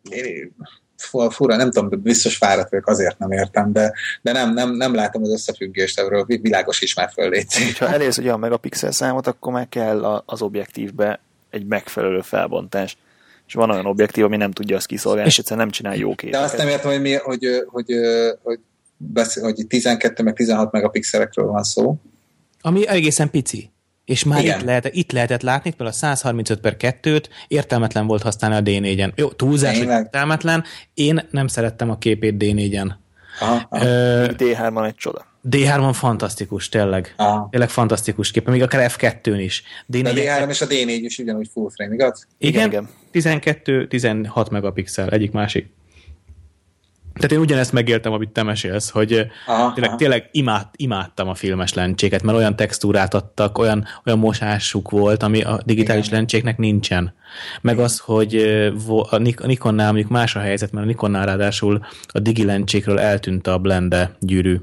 fura, nem tudom, biztos fáradt vagyok, azért nem értem, de nem látom az összefüggést, ebből világos is már föl létszik. Ha elérsz olyan megapixel számot, akkor már kell az objektívbe egy megfelelő felbontás. És van olyan objektív, ami nem tudja azt kiszolgálni, és egyszerűen nem csinál jó képeket. De azt nem értem, hogy 12 meg 16 megapixelekről van szó. Ami egészen pici. És már itt lehetett látni, például a 135/2-t értelmetlen volt használni a D4-en. Jó, túlzás, hogy értelmetlen. Én nem szerettem a képét D4-en. D3-on egy csoda. D3-on fantasztikus, tényleg. Tényleg fantasztikus kép, még akár F2-n is. A D3 és a D4 is ugyanúgy full frame, igaz? Igen. 12-16 megapixel, egyik-másik. Tehát én ugyanezt megéltem, amit te mesélsz, hogy tényleg imádtam a filmes lencséket, mert olyan textúrát adtak, olyan mosásuk volt, ami a digitális lencséknek nincsen. Meg az, hogy a Nikonnál mondjuk más a helyzet, mert a Nikonnál ráadásul a digi lencsékről eltűnt a blende gyűrű.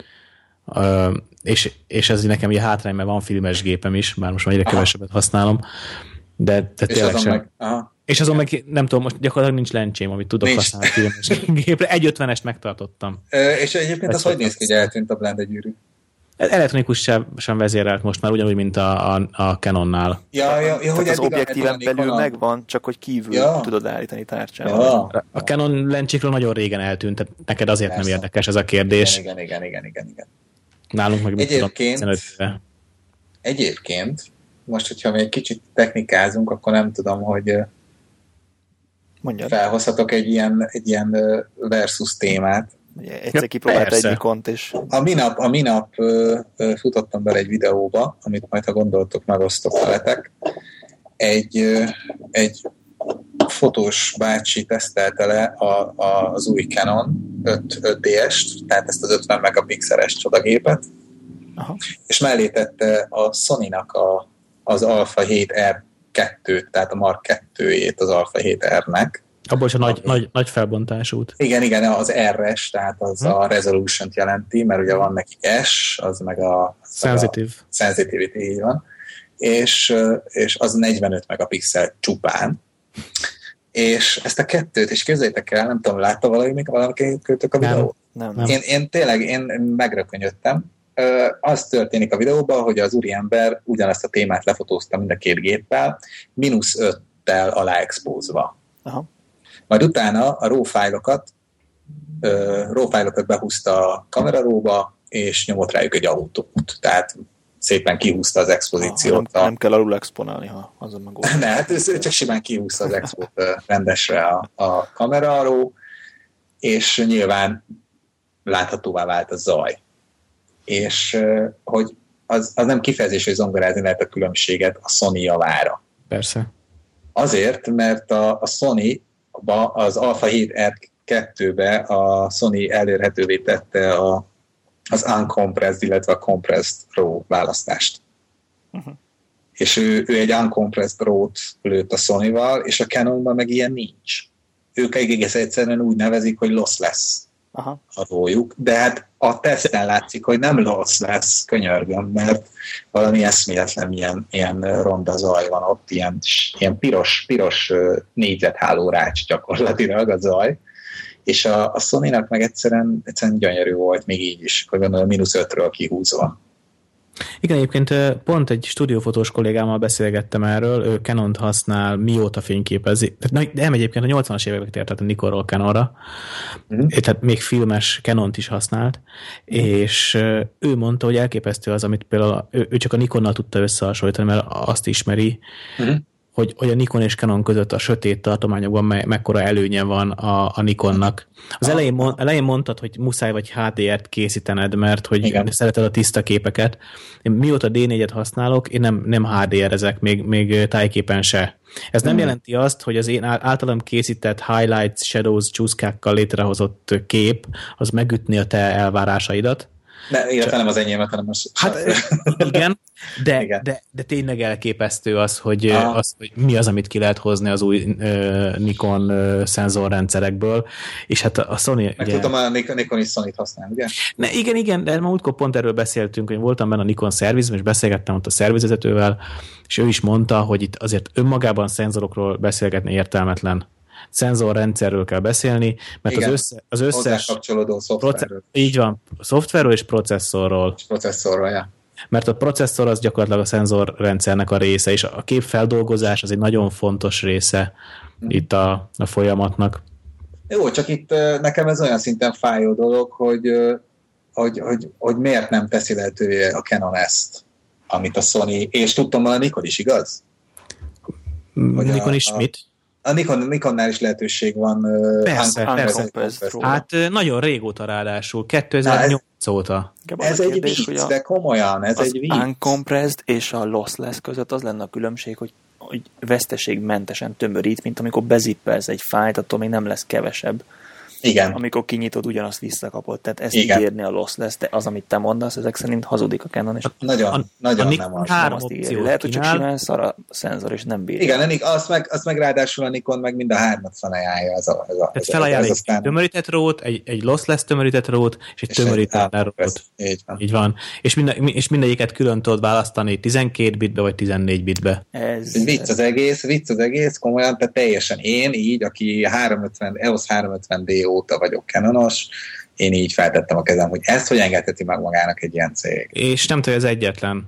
És ez nekem ugye hátrány, mert van filmes gépem is, bár most már egyre kevesebbet használom, de tényleg sem. És azon meg, nem tudom, most gyakorlatilag nincs lencsém, amit tudok használni filmes gépre. 1.50-est megtartottam. És egyébként az hogy néz ki, hogy eltűnt a blende gyűrű? Elektronikus sem vezérelt most már, ugyanúgy, mint a Canonnál. Hogy az objektíven belül megvan, csak hogy kívül tudod állítani tárcsával. A Canon lencsékről nagyon régen eltűnt, tehát neked azért persze. Nem érdekes ez a kérdés. Igen. Nálunk meg Egyébként, most, hogyha még egy kicsit technikázunk, akkor nem tudom, hogy felhozhatok egy ilyen versus témát. Egyszer kipróbálta egy Nikont, és... A minap futottam bele egy videóba, amit majd, ha gondoltok, megosztok veletek. Egy fotós bácsi tesztelte le az új Canon 5DS-t, tehát ezt az 50 megapixeles csodagépet, Aha. és mellé tette a Sony-nak az Alpha 7R2-t, tehát a Mark 2-ét az Alpha 7R-nek. Abból is a nagy felbontásút. Igen, az R-es, tehát az a resolution-t jelenti, mert ugye van neki S, az meg a sensitivity, így van, és az 45 megapixel csupán. És ezt a kettőt, és képzeljétek el, nem tudom, látta valaki a videót? Nem. Én megrökönyödtem. Az történik a videóban, hogy az úriember ugyanazt a témát lefotózta mind a két géppel, -5-tel alá expózva. Aha. Majd utána a RAW fájlokat behúzta a kameraróba, és nyomott rájuk egy autót. Tehát szépen kihúzta az expozíciót. Nem kell alul exponálni, ha az a megoldás. Ne, hát ez csak simán kihúzta az expót rendesre a kameraró, és nyilván láthatóvá vált a zaj. És hogy az nem kifejezés, hogy zongorázni lehet a különbséget a Sony javára. Persze. Azért, mert a Sony az Alpha 7R2-be a Sony elérhetővé tette az uncompressed, illetve a compressed RAW választást. Uh-huh. És ő egy uncompressed RAW-t lőtt a Sony-val, és a Canonban meg ilyen nincs. Ők egész egyszerűen úgy nevezik, hogy lossless a RAW-juk, de hát a teszten látszik, hogy nem lossless, könyörgöm, mert valami eszméletlen ilyen ronda zaj van ott, ilyen piros négyzetháló rács gyakorlatilag a zaj, és a Sony-nak meg egyszerűen gyönyörű volt még így is, hogy gondolom -5-ről kihúzva. Igen, egyébként pont egy stúdiófotós kollégámmal beszélgettem erről, ő Canont használ, mióta fényképezi. Tehát nem, egyébként a 80-as években tért, tehát a Nikonról Canonra, tehát még filmes Canont is használt, és ő mondta, hogy elképesztő az, amit például ő csak a Nikonnal tudta összehasonlítani, mert azt ismeri, hogy a Nikon és Canon között a sötét tartományokban mekkora előnye van a Nikonnak. Az elején mondtad, hogy muszáj vagy HDR-t készítened, mert hogy szereted a tiszta képeket. Én mióta D4-et használok, én nem HDR-ezek, még tájképen se. Ez nem jelenti azt, hogy az én általam készített highlights, shadows, csúszkákkal létrehozott kép, az megütni a te elvárásaidat. Illetve nem az enyémet, hanem az... Hát igen, de tényleg elképesztő az, hogy mi az, amit ki lehet hozni az új Nikon szenzorrendszerekből, és hát a Sony... Meg tudom, a Nikon is Sony-t használ, ugye? Igen, de ma útkor pont erről beszéltünk, hogy voltam benne a Nikon szervizben, és beszélgettem ott a szervizvezetővel, és ő is mondta, hogy itt azért önmagában szenzorokról beszélgetni értelmetlen. Szenzorrendszerről kell beszélni, mert igen, az összes kapcsolódó szoftverről. Így van, szoftverről és processzorról. Ja. Mert a processzor az gyakorlatilag a szenzorrendszernek a része, és a képfeldolgozás az egy nagyon fontos része itt a folyamatnak. Jó, csak itt nekem ez olyan szinten fájó dolog, hogy miért nem teszi lehetővé a Canon ezt, amit a Sony, és tudtam, a Nikon is, igaz? Nikon is mit? A Nikonnál is lehetőség van. Persze. Hát nagyon régóta ráadásul, 2008 óta. Ez egy vicc, de komolyan, ez egy vicc. Az uncompressed és a lossless között az lenne a különbség, hogy veszteségmentesen tömörít, mint amikor bezippelsz egy fájlt, attól még nem lesz kevesebb. Igen. Amikor kinyitod, ugyanazt visszakapod. Tehát ezt ígérni a lossless, de az, amit te mondasz, ezek szerint hazudik a Canon. És nagyon nem az. Három opciót lehet, hogy csak simán szar a szenzor, és nem bírja. Igen, azt meg ráadásul a Nikon meg mind a hármat felajánlja. Tehát felajánl egy tömörített RAW-t, egy lossless tömörített RAW-t, és egy tömörített RAW-t. Így van. És mindegyiket külön tudod választani 12 bitbe, vagy 14 bitbe. Vicc az egész, komolyan, tehát teljesen én így, aki EOS 350D óta vagyok Canonos, én így feltettem a kezem, hogy ezt hogy engedheti meg magának egy ilyen cég. És nem tudja, ez egyetlen.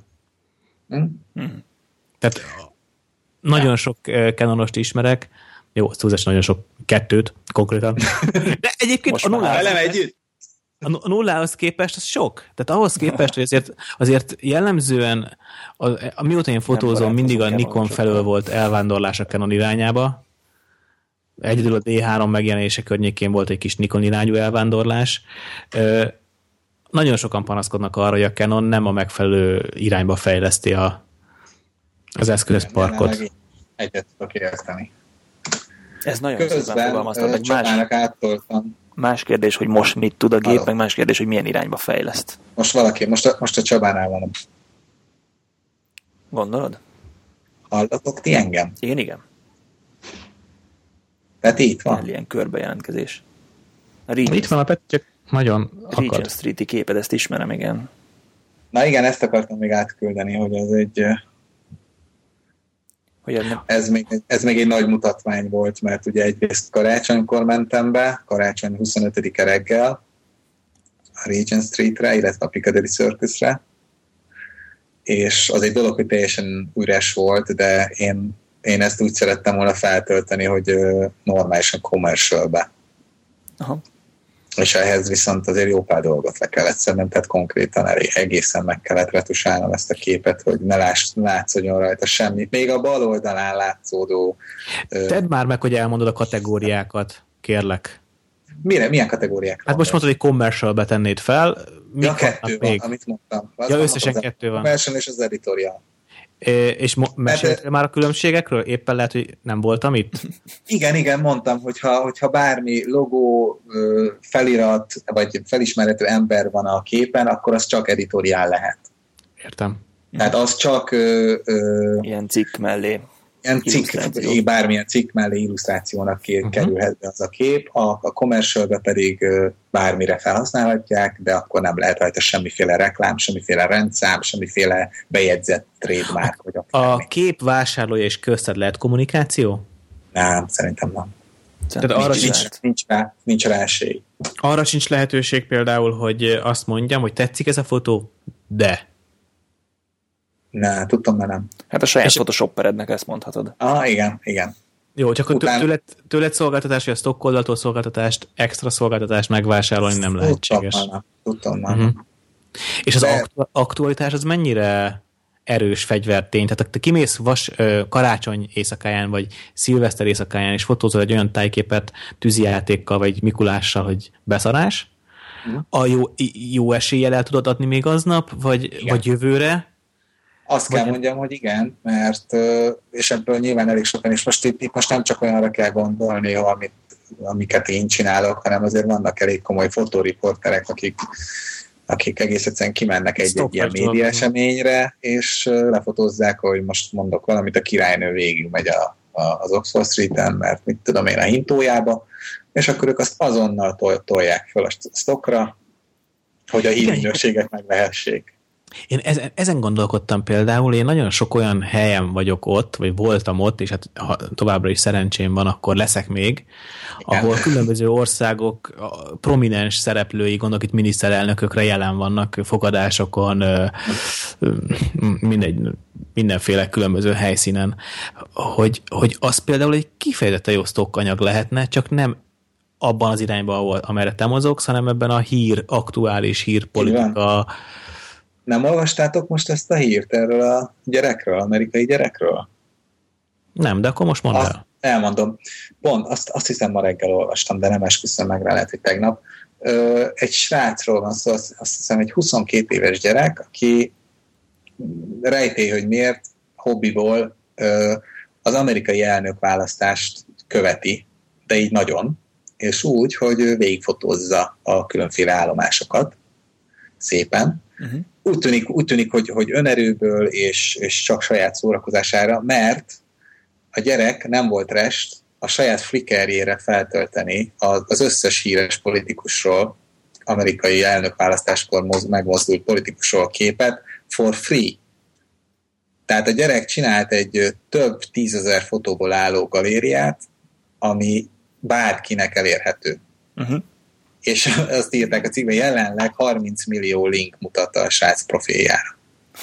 Tehát nagyon sok Canonost ismerek, jó, túlzás nagyon sok, 2 konkrétan. De egyébként a nullához képest az sok. Tehát ahhoz képest, hogy azért jellemzően, mióta én fotózom, mindig a Nikon felől volt elvándorlás a Canon irányába. Egyedül a D3 megjelenése környékén volt egy kis Nikon irányú elvándorlás. Nagyon sokan panaszkodnak arra, hogy a Canon nem a megfelelő irányba fejleszti az eszközparkot. Egyet tudok érteni. Ez nagyon szépen fogalmaztad, meg Csabának áttoltam. Más kérdés, hogy most mit tud a gép, Halló. meg más kérdés, hogy milyen irányba fejleszt. Most a Csabánál van. Gondolod? Hallatok ti engem? Én igen. Tehát itt van. Ilyen körbejelentkezés. Itt van a Peti, csak nagyon Regent akad. Street-i képed, ezt ismerem, igen. Na igen, ezt akartam még átküldeni, hogy ez egy... Hogy Ez még egy nagy mutatvány volt, mert ugye egyrészt karácsonykor mentem be, karácsony 25-e reggel a Regent Streetre, illetve a Piccadilly Circusre, és az egy dolog, hogy teljesen üres volt, de én ezt úgy szerettem volna feltölteni, hogy normálisan commercialbe. Aha. És ehhez viszont azért jó pár dolgot le kellett szednem, tehát konkrétan egészen meg kellett retusálnom ezt a képet, hogy ne látszódjon rajta semmi. Még a bal oldalán látszódó... Tedd már meg, hogy elmondod a kategóriákat, kérlek. Milyen kategóriák? Hát most mondtad, hogy commercial-be tennéd fel. Ja, 2 van, amit mondtam. Ja, összesen 2 van. A commercial és az editorial. És meséltél már a különbségekről? Éppen lehet, hogy nem voltam itt? Igen, mondtam, hogyha bármi logó, felirat, vagy felismerhető ember van a képen, akkor az csak editoriál lehet. Értem. Tehát az csak ilyen cikk mellé. Bármilyen cikk mellé illusztrációnak kerülhet be az a kép, a commercialbe pedig bármire felhasználhatják, de akkor nem lehet rajta semmiféle reklám, semmiféle rendszám, semmiféle bejegyzett trademark. Vagy a kép vásárlója és közted lehet kommunikáció? Nem, szerintem nem. Tehát arra nincs rá esély. Arra sincs lehetőség például, hogy azt mondjam, hogy tetszik ez a fotó, de... Ne, tudtam, mert nem. Hát a saját Photoshopperednek ezt mondhatod. Igen. Jó, csak tőled szolgáltatás, vagy a stock oldaltól szolgáltatást, extra szolgáltatást megvásárolni nem lehetséges. Tudtam már. És az aktualitás az mennyire erős fegyvertény? Tehát te kimész karácsony éjszakáján, vagy szilveszter éjszakáján, és fotózol egy olyan tájképet tűzijátékkal, vagy Mikulással, hogy beszarás, a jó eséllyel el tudod adni még aznap, vagy jövőre? Azt kell mondjam, hogy igen, mert, és ebből nyilván elég sokan, és itt most nem csak olyanra kell gondolni, amiket én csinálok, hanem azért vannak elég komoly fotóriporterek, akik egész egyszerűen kimennek egy ilyen média eseményre, és lefotózzák, hogy most mondok valamit, a királynő végig megy az Oxford Street-en, mert mit tudom én, a hintójába, és akkor ők azt azonnal tolják fel a stockra, hogy a hírminőséget megvehessék. Én ezen gondolkodtam például, én nagyon sok olyan helyen vagyok ott, vagy voltam ott, és hát ha továbbra is szerencsém van, akkor leszek még, ahol különböző országok prominens szereplői, gondolok itt miniszterelnökökre jelen vannak fogadásokon, mindenféle különböző helyszínen, hogy az például egy kifejezetten jó sztokkanyag lehetne, csak nem abban az irányban, amerre te mozogsz, hanem ebben a aktuális hírpolitika. Nem olvastátok most ezt a hírt erről a gyerekről, amerikai gyerekről? Nem, de akkor most mondd el. Elmondom. Pont, azt hiszem ma reggel olvastam, de nem esküszöm meg rá, lehet, hogy tegnap. Egy srácról van szó, azt hiszem egy 22 éves gyerek, aki rejtély, hogy miért hobbiból az amerikai elnökválasztást követi, de így nagyon, és úgy, hogy ő végigfotózza a különféle állomásokat szépen. Úgy tűnik hogy önerőből és csak saját szórakozására, mert a gyerek nem volt rest a saját Flickrjére feltölteni az összes híres politikusról, amerikai elnökválasztáskor megmozdult politikusról képet for free. Tehát a gyerek csinált egy több 10 000 fotóból álló galériát, ami bárkinek elérhető. És azt írták a cikkben, jelenleg 30 millió link mutat a srác profiljára.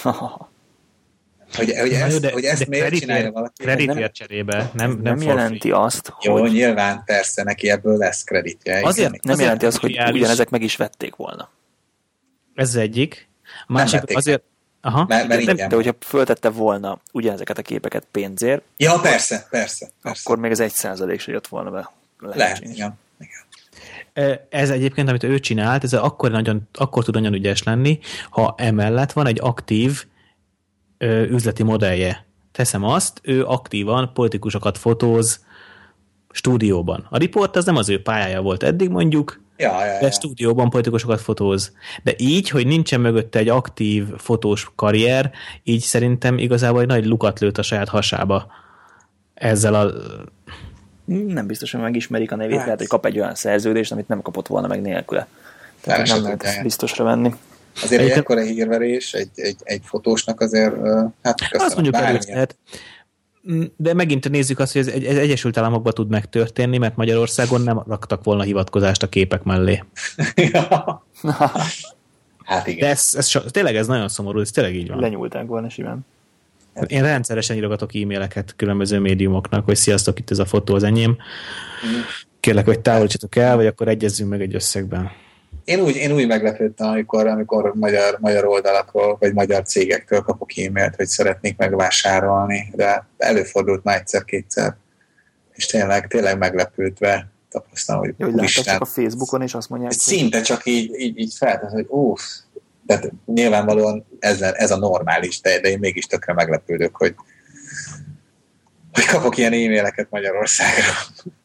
Hogy ezt miért csinálja valaki? Kreditért cserébe, nem jelenti azt, hogy... Jó, nyilván persze, neki ebből lesz kreditje. Nem jelenti azt, hogy ugyanezek meg is vették volna. Ez egyik. Másik azért... Aha. De hogyha föltette volna ugyanezeket a képeket pénzért... Ja, persze. Akkor még az 1% se jött volna be. Lehet, igen. Ez egyébként, amit ő csinált, ez akkor tud nagyon ügyes lenni, ha emellett van egy aktív üzleti modellje. Teszem azt, ő aktívan politikusokat fotóz stúdióban. A riport az nem az ő pályája volt eddig mondjuk, de stúdióban politikusokat fotóz. De így, hogy nincsen mögötte egy aktív fotós karrier, így szerintem igazából egy nagy lukat lőtt a saját hasába ezzel a... Nem biztos, hogy megismerik a nevét, lehet, hogy kap egy olyan szerződést, amit nem kapott volna meg nélküle. Tehát nem lehet biztosra venni. Azért egy ekkora hírverés egy fotósnak azért, hát köszönöm. Azt mondjuk először, de megint nézzük azt, hogy ez Egyesült Államokban tud megtörténni, mert Magyarországon nem raktak volna hivatkozást a képek mellé. Hát igen. De ez tényleg ez nagyon szomorú, ez tényleg így van. Lenyúlták volna simán. Én rendszeresen írogatok e-maileket különböző médiumoknak, hogy sziasztok, itt ez a fotó az enyém. Kérlek, hogy távolítsatok el, vagy akkor egyezzünk meg egy összegben. Én úgy meglepődtem, amikor magyar oldalakról, vagy magyar cégektől kapok e-mailt, hogy szeretnék megvásárolni, de előfordult már egyszer-kétszer, és tényleg meglepődve tapasztalom, hogy jó, hogy láttak csak a Facebookon, és azt mondják, szinte hogy... csak így feltett, hogy tehát nyilvánvalóan ez a normális, de én mégis tökre meglepődök, hogy kapok ilyen e-maileket Magyarországról.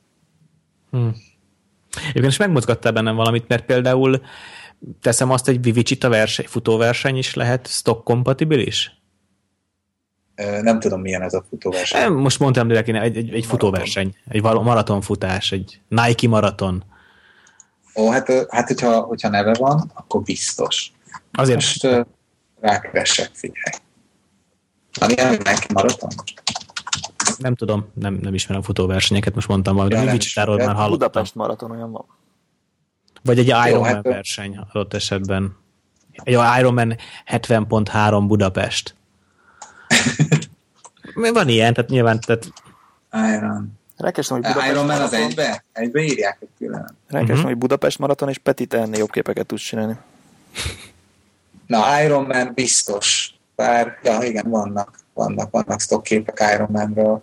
Egyébként is megmozgattál bennem valamit, mert például teszem azt, egy Vivicita futóverseny is lehet stock-kompatibilis? Nem tudom, milyen ez a futóverseny. Most mondtam direkt, egy futóverseny, egy maratonfutás, egy Nike maraton. Ó, hát hogyha neve van, akkor biztos. Azért most rákeresek, figyelj. Ami Nike maraton? Nem tudom, nem ismerem a futóversenyeket, most mondtam valamit, de Vivicitáról már hallottam. Budapest maraton olyan van. Vagy egy Ironman verseny adott esetben. Egy Ironman 70.3 Budapest. Van ilyen, tehát nyilván... Rákerestem, hogy Budapest Ironman maraton. Az egybe írják egy külön. Rákerestem, hogy Budapest maraton, és Peti, te ennél jobb képeket tudsz csinálni. Na, Ironman biztos. Bár, igen, vannak sztokképek Ironmanről.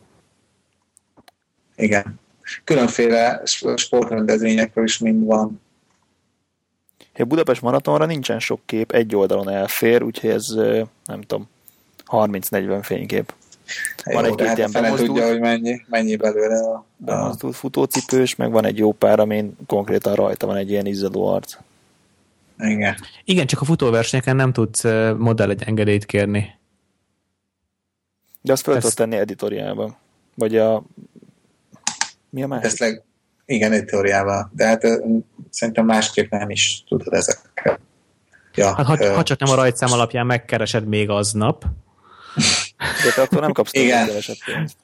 Igen. Különféle sportrendezvényekről is mind van. A Budapest maratonra nincsen sok kép, egy oldalon elfér, úgyhogy ez, nem tudom, 30-40 fénykép. Van egy-két ilyen bemozdult, tudja, hogy mennyi belőle a bemozdult futócipős, meg van egy jó pár, amin konkrétan rajta van egy ilyen izzadó arc. Igen, csak a futóversenyeken nem tudsz modell egy engedélyt kérni. De azt fel tudod tenni editoriálba. Vagy mi a másik? Igen, editoriálba. De hát szerintem másképp nem is tudod ezeket. Ja, hát ha csak nem a rajtszám alapján megkeresed még aznap. De te akkor nem kapsz keresett pénzt.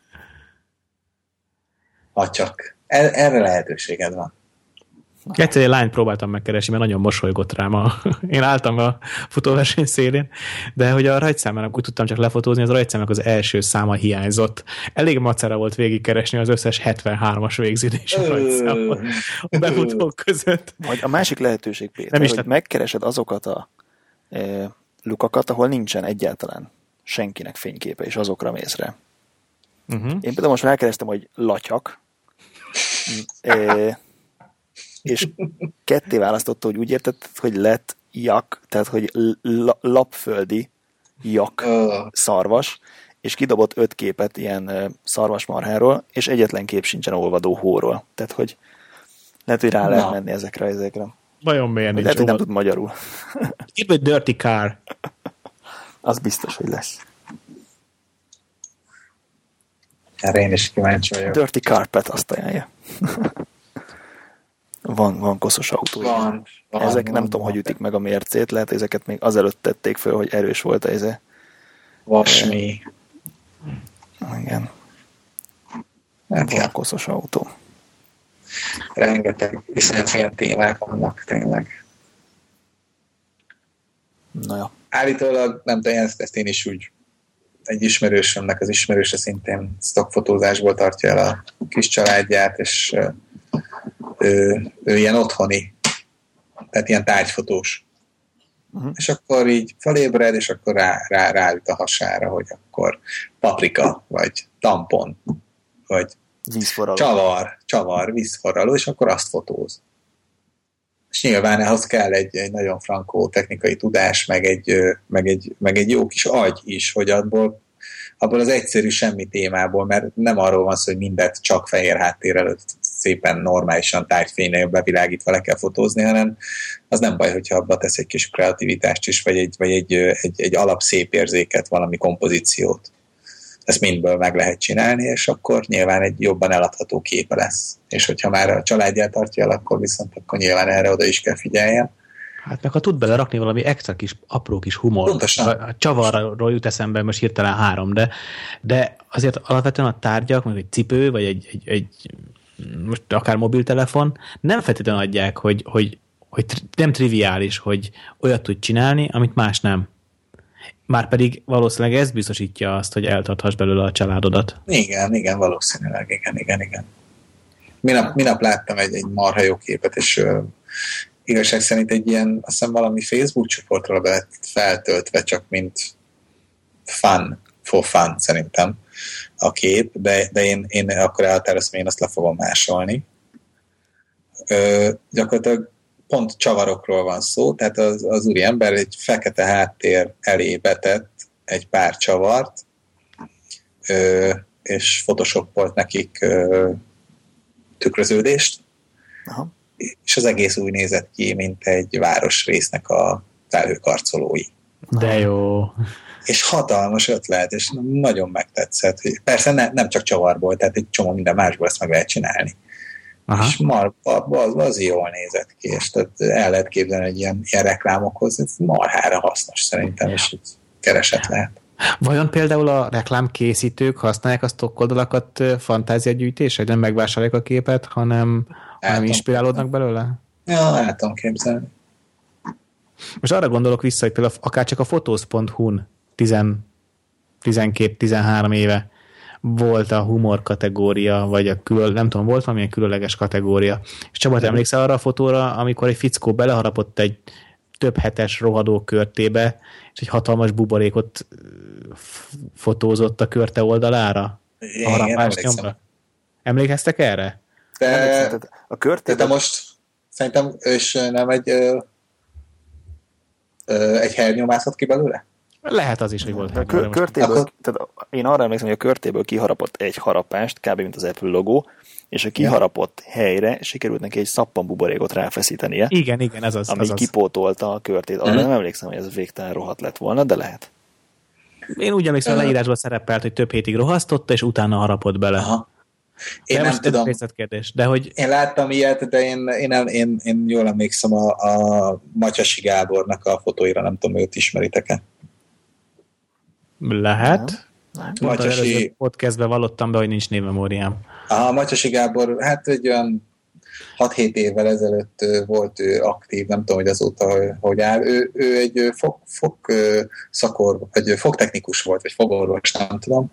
Ha csak. Erre lehetőséged van. Egyszer egy lányt próbáltam megkeresni, mert nagyon mosolygott rám. Én álltam a futóverseny szélén, de hogy a rajtszámának úgy tudtam csak lefotózni, az a rajtszámnak az első száma hiányzott. Elég macera volt végigkeresni az összes 73-as végződés a rajtszámban a befutók között. Vagy a másik lehetőség, Péter, hogy megkeresed azokat a lukakat, ahol nincsen egyáltalán senkinek fényképe, és azokra mész rá. Én például most rákerestem, hogy latyak, és ketté választotta, hogy úgy érted, hogy lett jak, tehát hogy lapföldi jak szarvas, és kidobott 5 képet ilyen szarvasmarháról, és egyetlen kép sincsen olvadó hóról. Tehát, hogy lehet, hogy rá lehet menni ezekre. Vajon miért nincs? Lehet, hogy nem tud magyarul. Itt vagy Dirty Car. Az biztos, hogy lesz. Erre én is kíváncsi vagyok. Dirty Carpet azt ajánlja. Van koszos autó. Ezek nem tudom, hogy ütik meg a mércét, lehet, ezeket még azelőtt tették föl, hogy erős volt ez. Vasmi. Igen. Van koszos autó. Rengeteg viszont témák vannak, tényleg. Na jó. Állítólag, nem tudom, ezt én is úgy egy ismerősömnek az ismerőse szintén stockfotózásból tartja el a kis családját, és ő ilyen otthoni, tehát ilyen tárgyfotós. És akkor így felébred, és akkor ráüt a hasára, hogy akkor paprika, vagy tampon, vagy csavar, vízforraló, és akkor azt fotóz. És nyilván ahhoz kell egy nagyon frankó technikai tudás, meg egy jó kis agy is, hogy abból abból az egyszerű semmi témából, mert nem arról van szó, hogy mindet csak fehér háttér előtt szépen normálisan tárgyfénynél bevilágítva le kell fotózni, hanem az nem baj, hogyha abba tesz egy kis kreativitást is, vagy egy alap szép érzéket, valami kompozíciót. Ezt mindből meg lehet csinálni, és akkor nyilván egy jobban eladható képe lesz. És hogyha már a családját tartja el, akkor viszont akkor nyilván erre oda is kell figyeljen. Hát meg ha tud belerakni valami extra kis, apró kis humor. Pontosan. A csavarról jut eszembe most hirtelen 3, de azért alapvetően a tárgyak, meg egy cipő, vagy egy most akár mobiltelefon nem feltétlenül adják, hogy nem triviális, hogy olyat tud csinálni, amit más nem. Márpedig valószínűleg ez biztosítja azt, hogy eltarthass belőle a családodat. Igen, valószínűleg, igen. Minap láttam egy marha jó képet, és igazság szerint egy ilyen, azt hiszem valami Facebook csoportra be lett feltöltve, csak mint for fun szerintem a kép, de én akkor elhatároztam, én azt le fogom másolni. Gyakorlatilag pont csavarokról van szó, tehát az úriember egy fekete háttér elé betett egy pár csavart, és photoshopolt nekik tükröződést, aha. És az egész úgy nézett ki, mint egy városrésznek a felhőkarcolói. De jó. És hatalmas ötlet, és nagyon megtetszett. Persze nem csak csavarból, tehát egy csomó minden másból ezt meg lehet csinálni. Aha. És az jól nézett ki, és tehát el lehet képzelni egy ilyen reklámokhoz, ez marhára hasznos szerintem, és így kereset lehet. Vajon például a reklámkészítők használják a stokkoldalakat fantáziagyűjtésre, hogy nem megvásárolják a képet, hanem inspirálódnak belőle? Ja, el tudom képzelni. Most arra gondolok vissza, hogy például akár csak a Photos.hu-n 12-13 éve volt a humor kategória, vagy nem tudom, volt valamilyen különleges kategória. És Csaba, te emlékszel arra a fotóra, amikor egy fickó beleharapott egy több hetes rohadó körtébe, és egy hatalmas buborékot fotózott a körte oldalára? A harapás nyomra? Emlékeztek erre? A körtében... De most szerintem és nem egy hernyó mászott ki belőle? Lehet az is, hogy volt. Tehát én arra emlékszem, hogy a körtéből kiharapott egy harapást, kb. Mint az Apple logó, és a kiharapott helyre sikerült neki egy szappanbuborékot ráfeszítenie. Igen, ez az. Ami kipótolta a körtét. Arra nem emlékszem, hogy ez végtelen rohadt lett volna, de lehet. Én úgy emlékszem, a leírásban szerepelt, hogy több hétig rohasztotta, és utána harapott bele. Aha. Én nem tudom. Részletkérdés, de hogy... Én láttam ilyet, de én jól emlékszem a Matyasi Gábornak a fotóira, nem tudom, őt ismeritek-e? Lehet. Matyasi... Podcastben vallottam be, hogy nincs névmemóriám. A Matyasi Gábor, hát egy olyan 6-7 évvel ezelőtt volt ő aktív, nem tudom, hogy azóta hogy áll. Ő egy fogtechnikus volt, vagy fogorvos, nem tudom.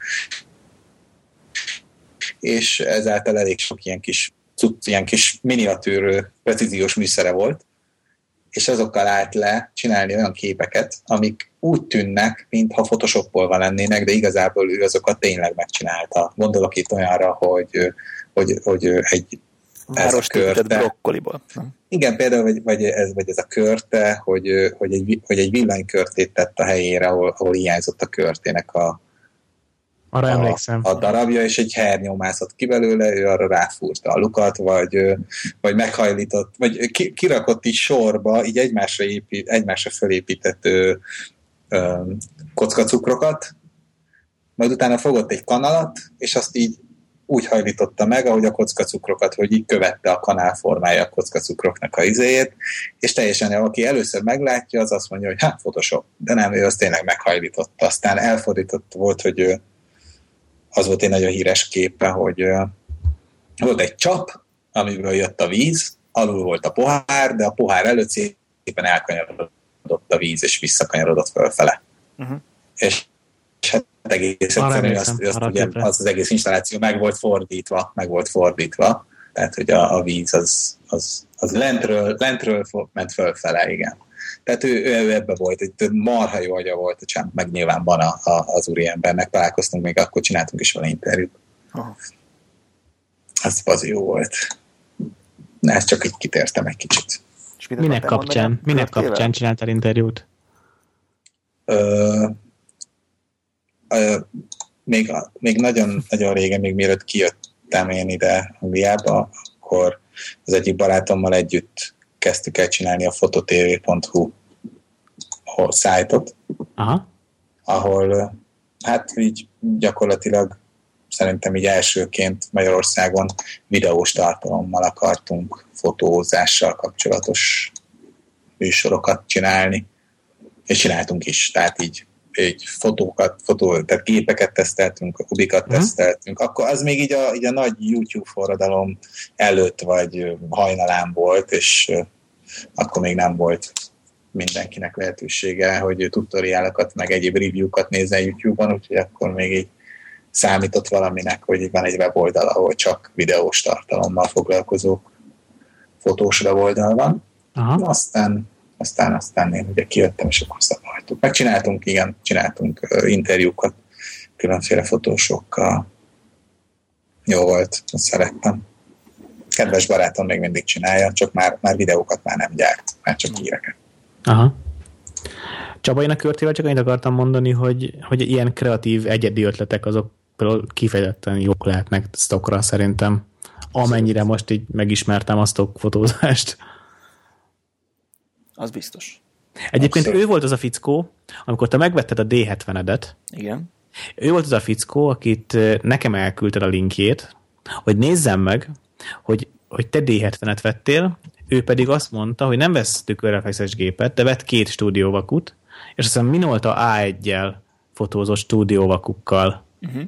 És ezáltal elég sok ilyen kis miniatűr precíziós műszere volt, és azokkal állt le csinálni olyan képeket, amik úgy tűnnek, mintha Photoshopolva lennének, de igazából ő azokat tényleg megcsinálta. Gondolok itt olyanra, hogy egy ez a körte. Brokkoliból. Igen, például, vagy ez a körte, hogy egy villanykörtét tett a helyére, ahol hiányzott a körtének arra emlékszem. A darabja, és egy hernyó mászott ki belőle, ő arra ráfúrta a lukat, vagy meghajlított, vagy kirakott is sorba, így egymásra fölépített kockacukrokat, majd utána fogott egy kanalat, és azt így úgy hajlította meg, ahogy a kockacukrokat, hogy így követte a kanál formája a kockacukroknak a izéjét, és teljesen, aki először meglátja, az azt mondja, hogy Photoshop, de nem, ő azt tényleg meghajlította. Aztán elfordított volt, hogy az volt egy nagyon híres képe, hogy volt egy csap, amiből jött a víz, alul volt a pohár, de a pohár előtt szépen elkanyarodott a víz, és visszakanyarodott fölfele. Uh-huh. És hát egész egyszerűen az egész installáció meg volt fordítva, tehát hogy a víz az lentről ment fölfele, igen. Tehát ő ebbe volt, egy marha jó agya volt a csám, meg nyilván van az úriembernek, találkoztunk még, akkor csináltunk is vele interjút. Az jó volt. Na, ezt csak így kitértem egy kicsit. Minek kapcsán csináltál interjút? még nagyon, nagyon régen, még mielőtt kijöttem én ide Angliába, akkor az egyik barátommal együtt kezdtük el csinálni a fototv.hu szájtot, ahol hát így gyakorlatilag szerintem így elsőként Magyarországon videós tartalommal akartunk fotózással kapcsolatos műsorokat csinálni, és csináltunk is, tehát így tehát gépeket teszteltünk, kubikat teszteltünk, akkor az még így a nagy YouTube forradalom előtt vagy hajnalán volt, és akkor még nem volt mindenkinek lehetősége, hogy tutoriálokat, meg egyéb review-kat nézzen YouTube-on, úgyhogy akkor még így számított valaminek, hogy van egy weboldal, ahol csak videós tartalommal foglalkozó fotós weboldal van. Aztán én ugye kijöttem, és akkor szabadtuk. Csináltunk interjúkat különféle fotósokkal. Jó volt, azt szerettem. Kedves barátom még mindig csinálja, csak már videókat már nem gyárt, már csak híreket. Aha. Csaba, én a Körtével csak annyit akartam mondani, hogy ilyen kreatív, egyedi ötletek azok például kifejezetten jók lehetnek stockra szerintem. Amennyire most így megismertem a stock fotózást. Az biztos. Egyébként abszolút. Ő volt az a fickó, amikor te megvetted a D70-edet. Igen. Ő volt az a fickó, akit nekem elküldted a linkjét, hogy nézzem meg, hogy te D70-et vettél, ő pedig azt mondta, hogy nem vesz tükörreflexes gépet, de vett 2 stúdióvakut, és aztán Minolta A1-jel fotózott stúdióvakukkal.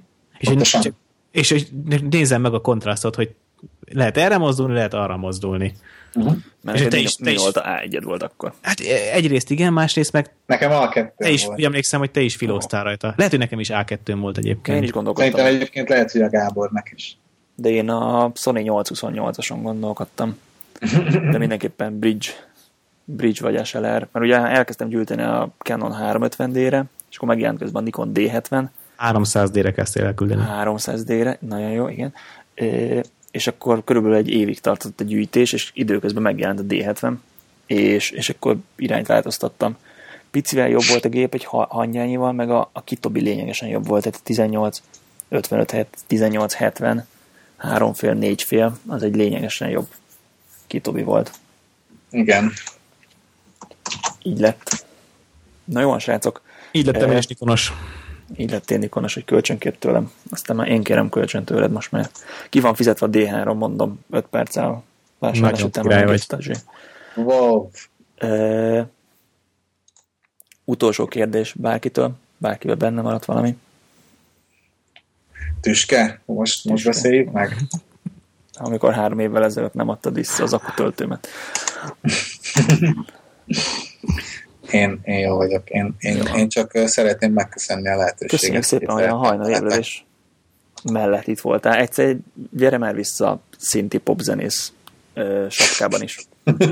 És nézzem meg a kontrasztot, hogy lehet erre mozdulni, lehet arra mozdulni. Mert Minolta A1-ed volt akkor. Hát egyrészt igen, másrészt meg nekem A2 te is, volt. Emlékszem, hogy te is filóztál rajta. Lehet, hogy nekem is A2 volt egyébként. Én is gondolkodtam. Szerintem egyébként lehet, hogy a Gábornak is. De én a Sony 828-ason gondolkodtam. De mindenképpen Bridge vagy SLR. Mert ugye elkezdtem gyűjteni a Canon 350D-re, és akkor megjelent közben a Nikon D70. 300D-re kezdtél elküldeni. 300D-re, nagyon jó, igen. És akkor körülbelül egy évig tartott a gyűjtés, és időközben megjelent a D70, és akkor irányt változtattam. Picivel jobb volt a gép, egy hangyányival, meg a Kitobi lényegesen jobb volt, tehát 18-55, 18-70, 3,5-4,5, az egy lényegesen jobb Kitobi volt. Igen. Így lett. Na jó, srácok. Így lettem és Nikonos. Így lettél Nikonos, hogy kölcsönkért tőlem. Aztán már én kérem kölcsön tőled most már. Ki van fizetve a D3, mondom, 5 perccel vásárlás után megkészítettsé. Wow. Utolsó kérdés bárkitől, bárkivel benne maradt valami. Tüske? Most beszéljük meg? Amikor 3 évvel ezelőtt nem adtad vissza az akkutöltőmet. Én jó vagyok. Én csak szeretném megköszönni a lehetőséget. Köszönjük szépen, hogy a hajnali ébredés mellett itt voltál. Egyszer gyere már vissza szinti popzenész sapkában is.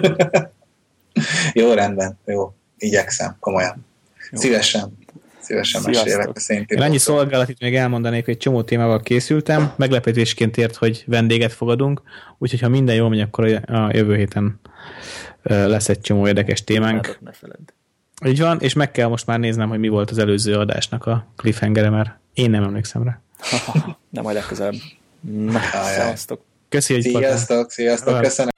Jó, rendben. Jó. Igyekszem, komolyan. Jó. Szívesen mesélek a szinti popról. Annyi szolgálatit még elmondanék, hogy egy csomó témával készültem. Meglepetésként ért, hogy vendéget fogadunk, úgyhogy ha minden jól megy, akkor a jövő héten lesz egy csomó érdekes témánk. Ne feledd. Így van, és meg kell most már néznem, hogy mi volt az előző adásnak a cliffhangere, mert én nem emlékszem rá. De majd legközelebb. Na, szevasztok. Köszi, hogy Sziasztok, köszönöm.